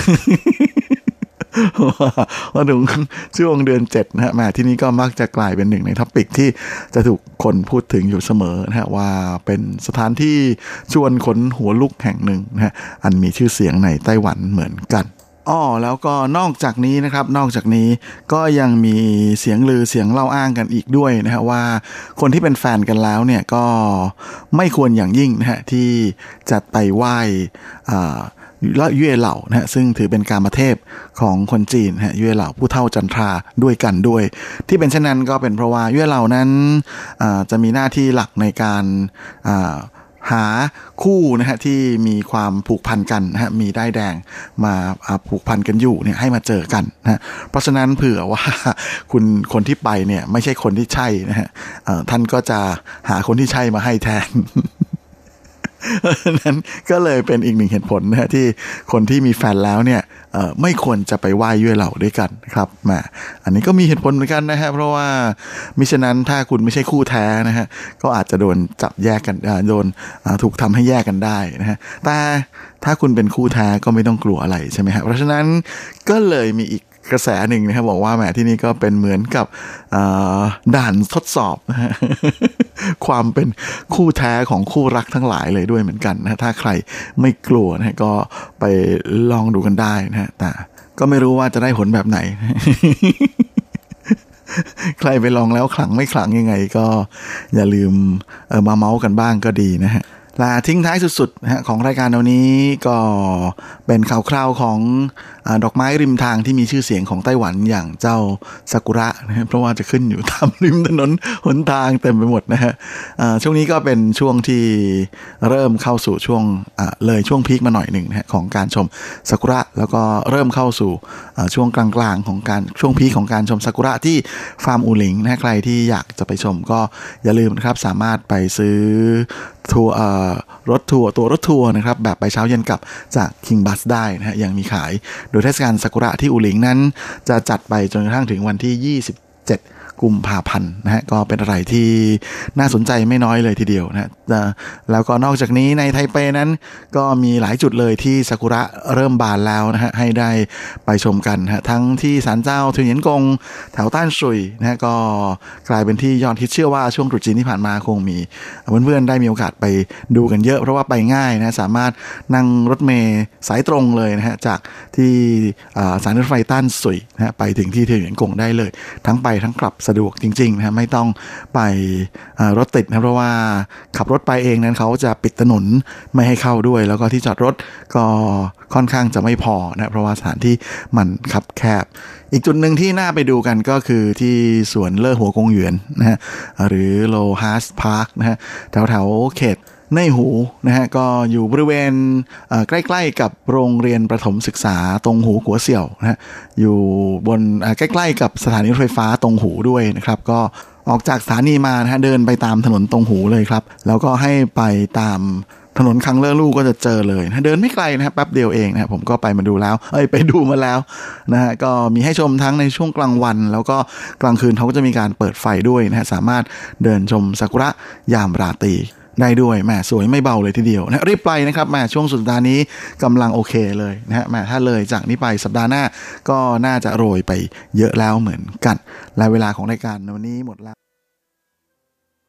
ว่าถึงช่วงเดือน7นะฮะมาที่นี่ก็มักจะกลายเป็นหนึ่งในท็อปิกที่จะถูกคนพูดถึงอยู่เสมอนะฮะว่าเป็นสถานที่ชวนขนหัวลุกแห่งหนึ่งนะฮะอันมีชื่อเสียงในไต้หวันเหมือนกันแล้วก็นอกจากนี้นะครับนอกจากนี้ก็ยังมีเสียงลือเสียงเล่าอ้างกันอีกด้วยนะฮะว่าคนที่เป็นแฟนกันแล้วเนี่ยก็ไม่ควรอย่างยิ่งนะฮะที่จะไปไหว้และเย่เหล่านะฮะซึ่งถือเป็นกามเทพของคนจีนฮะเย่เหล่าผู้เฒ่าจันทราด้วยกันด้วยที่เป็นเช่นนั้นก็เป็นเพราะว่าเย่เหล่านั้นจะมีหน้าที่หลักในการหาคู่นะฮะที่มีความผูกพันกันนะฮะมีด้ายแดงมาผูกพันกันอยู่เนี่ยให้มาเจอกันนะเพราะฉะนั้นเผื่อว่าคนที่ไปเนี่ยไม่ใช่คนที่ใช่นะฮะท่านก็จะหาคนที่ใช่มาให้แทน นั้นก็เลยเป็นอีกหนึ่งเหตุผลนะฮะที่คนที่มีแฟนแล้วเนี่ยไม่ควรจะไปไหว้เย่เหล่าด้วยกันครับอันนี้ก็มีเหตุผลเหมือนกันนะฮะเพราะว่ามิฉะนั้นถ้าคุณไม่ใช่คู่แท้นะฮะก็อาจจะโดนจับแยกกันโดนถูกทำให้แยกกันได้นะฮะแต่ถ้าคุณเป็นคู่แท้ก็ไม่ต้องกลัวอะไรใช่ไหมฮะเพราะฉะนั้นก็เลยมีอีกกระแสหนึ่งนะครับบอกว่าแหมที่นี่ก็เป็นเหมือนกับด่านทดสอบนะฮะ ความเป็นคู่แท้ของคู่รักทั้งหลายเลยด้วยเหมือนกันนะถ้าใครไม่กลัวนะก็ไปลองดูกันได้นะฮะแต่ก็ไม่รู้ว่าจะได้ผลแบบไหน ใครไปลองแล้วขลังไม่ขลังยังไงก็อย่าลืมมาเมาส์กันบ้างก็ดีนะฮะและทิ้งท้ายสุดๆนะฮะของรายการวันนี้ก็เป็นข่าวคราวของดอกไม้ริมทางที่มีชื่อเสียงของไต้หวันอย่างเจ้าซากุระนะฮะเพราะว่าจะขึ้นอยู่ตามริมถนนหนทางเต็มไปหมดนะฮะช่วงนี้ก็เป็นช่วงที่เริ่มเข้าสู่ช่วงเลยช่วงพีคมาหน่อยหนึ่งนะฮะของการชมซากุระแล้วก็เริ่มเข้าสู่ช่วงกลางๆของการช่วงพีคของการชมซากุระที่ฟาร์มอูหลิงนะใครที่อยากจะไปชมก็อย่าลืมนะครับสามารถไปซื้อทัวร์รถทัวร์นะครับแบบไปเช้าเย็นกลับจาก King Bus ได้นะฮะยังมีขายโดยเทศกาลซากุระที่อูหลิงนั้นจะจัดไปจนกระทั่งถึงวันที่27กุมภาพันธ์นะฮะก็เป็นอะไรที่น่าสนใจไม่น้อยเลยทีเดียวนะแล้วก็นอกจากนี้ในไทเปนั้นก็มีหลายจุดเลยที่ซากุระเริ่มบานแล้วนะฮะให้ได้ไปชมกันฮะทั้งที่ศาลเจ้าทุนเหยียนกงแถวต้านซุยนะฮะก็กลายเป็นที่ยอดฮิตเชื่อว่าช่วงตรุษจีนที่ผ่านมาคงมีเพื่อนๆได้มีโอกาสไปดูกันเยอะเพราะว่าไปง่ายนะสามารถนั่งรถเมล์สายตรงเลยนะฮะจากที่สถานีรถไฟต้านซุยนะฮะไปถึงที่ทุนเหยียนกงได้เลยทั้งไปทั้งกลับสะดวกจริงๆนะไม่ต้องไปรถติดนะเพราะว่าขับรถไปเองนั้นเขาจะปิดถนนไม่ให้เข้าด้วยแล้วก็ที่จอดรถก็ค่อนข้างจะไม่พอนะเพราะว่าสถานที่มันคับแคบอีกจุดหนึ่งที่น่าไปดูกันก็คือที่สวนเล่อหัวกงหยวนนะฮะหรือโลฮาสพาร์คนะฮะแถวเขตในหูนะฮะก็อยู่บริเวณใกล้ๆกับโรงเรียนประถมศึกษาตรงหูกัวเสี่ยวนะฮะอยู่บนใกล้ๆกับสถานีรถไฟฟ้าตรงหูด้วยนะครับก็ออกจากสถานีมานะฮะเดินไปตามถนนตรงหูเลยครับแล้วก็ให้ไปตามถนนคังเลอลู่ก็จะเจอเลยนะเดินไม่ไกลนะครับแป๊บเดียวเองนะผมก็ไปดูมาแล้วนะฮะก็มีให้ชมทั้งในช่วงกลางวันแล้วก็กลางคืนเขาก็จะมีการเปิดไฟด้วยนะฮะสามารถเดินชมซากุระยามราตรีได้ด้วยแหมสวยไม่เบาเลยทีเดียวนะรีบไปนะครับแหมช่วงสุดสัปดาห์นี้กำลังโอเคเลยนะฮะแหมถ้าเลยจากนี้ไปสัปดาห์หน้าก็น่าจะโรยไปเยอะแล้วเหมือนกันและเวลาของรายการวันนี้หมดแล้ว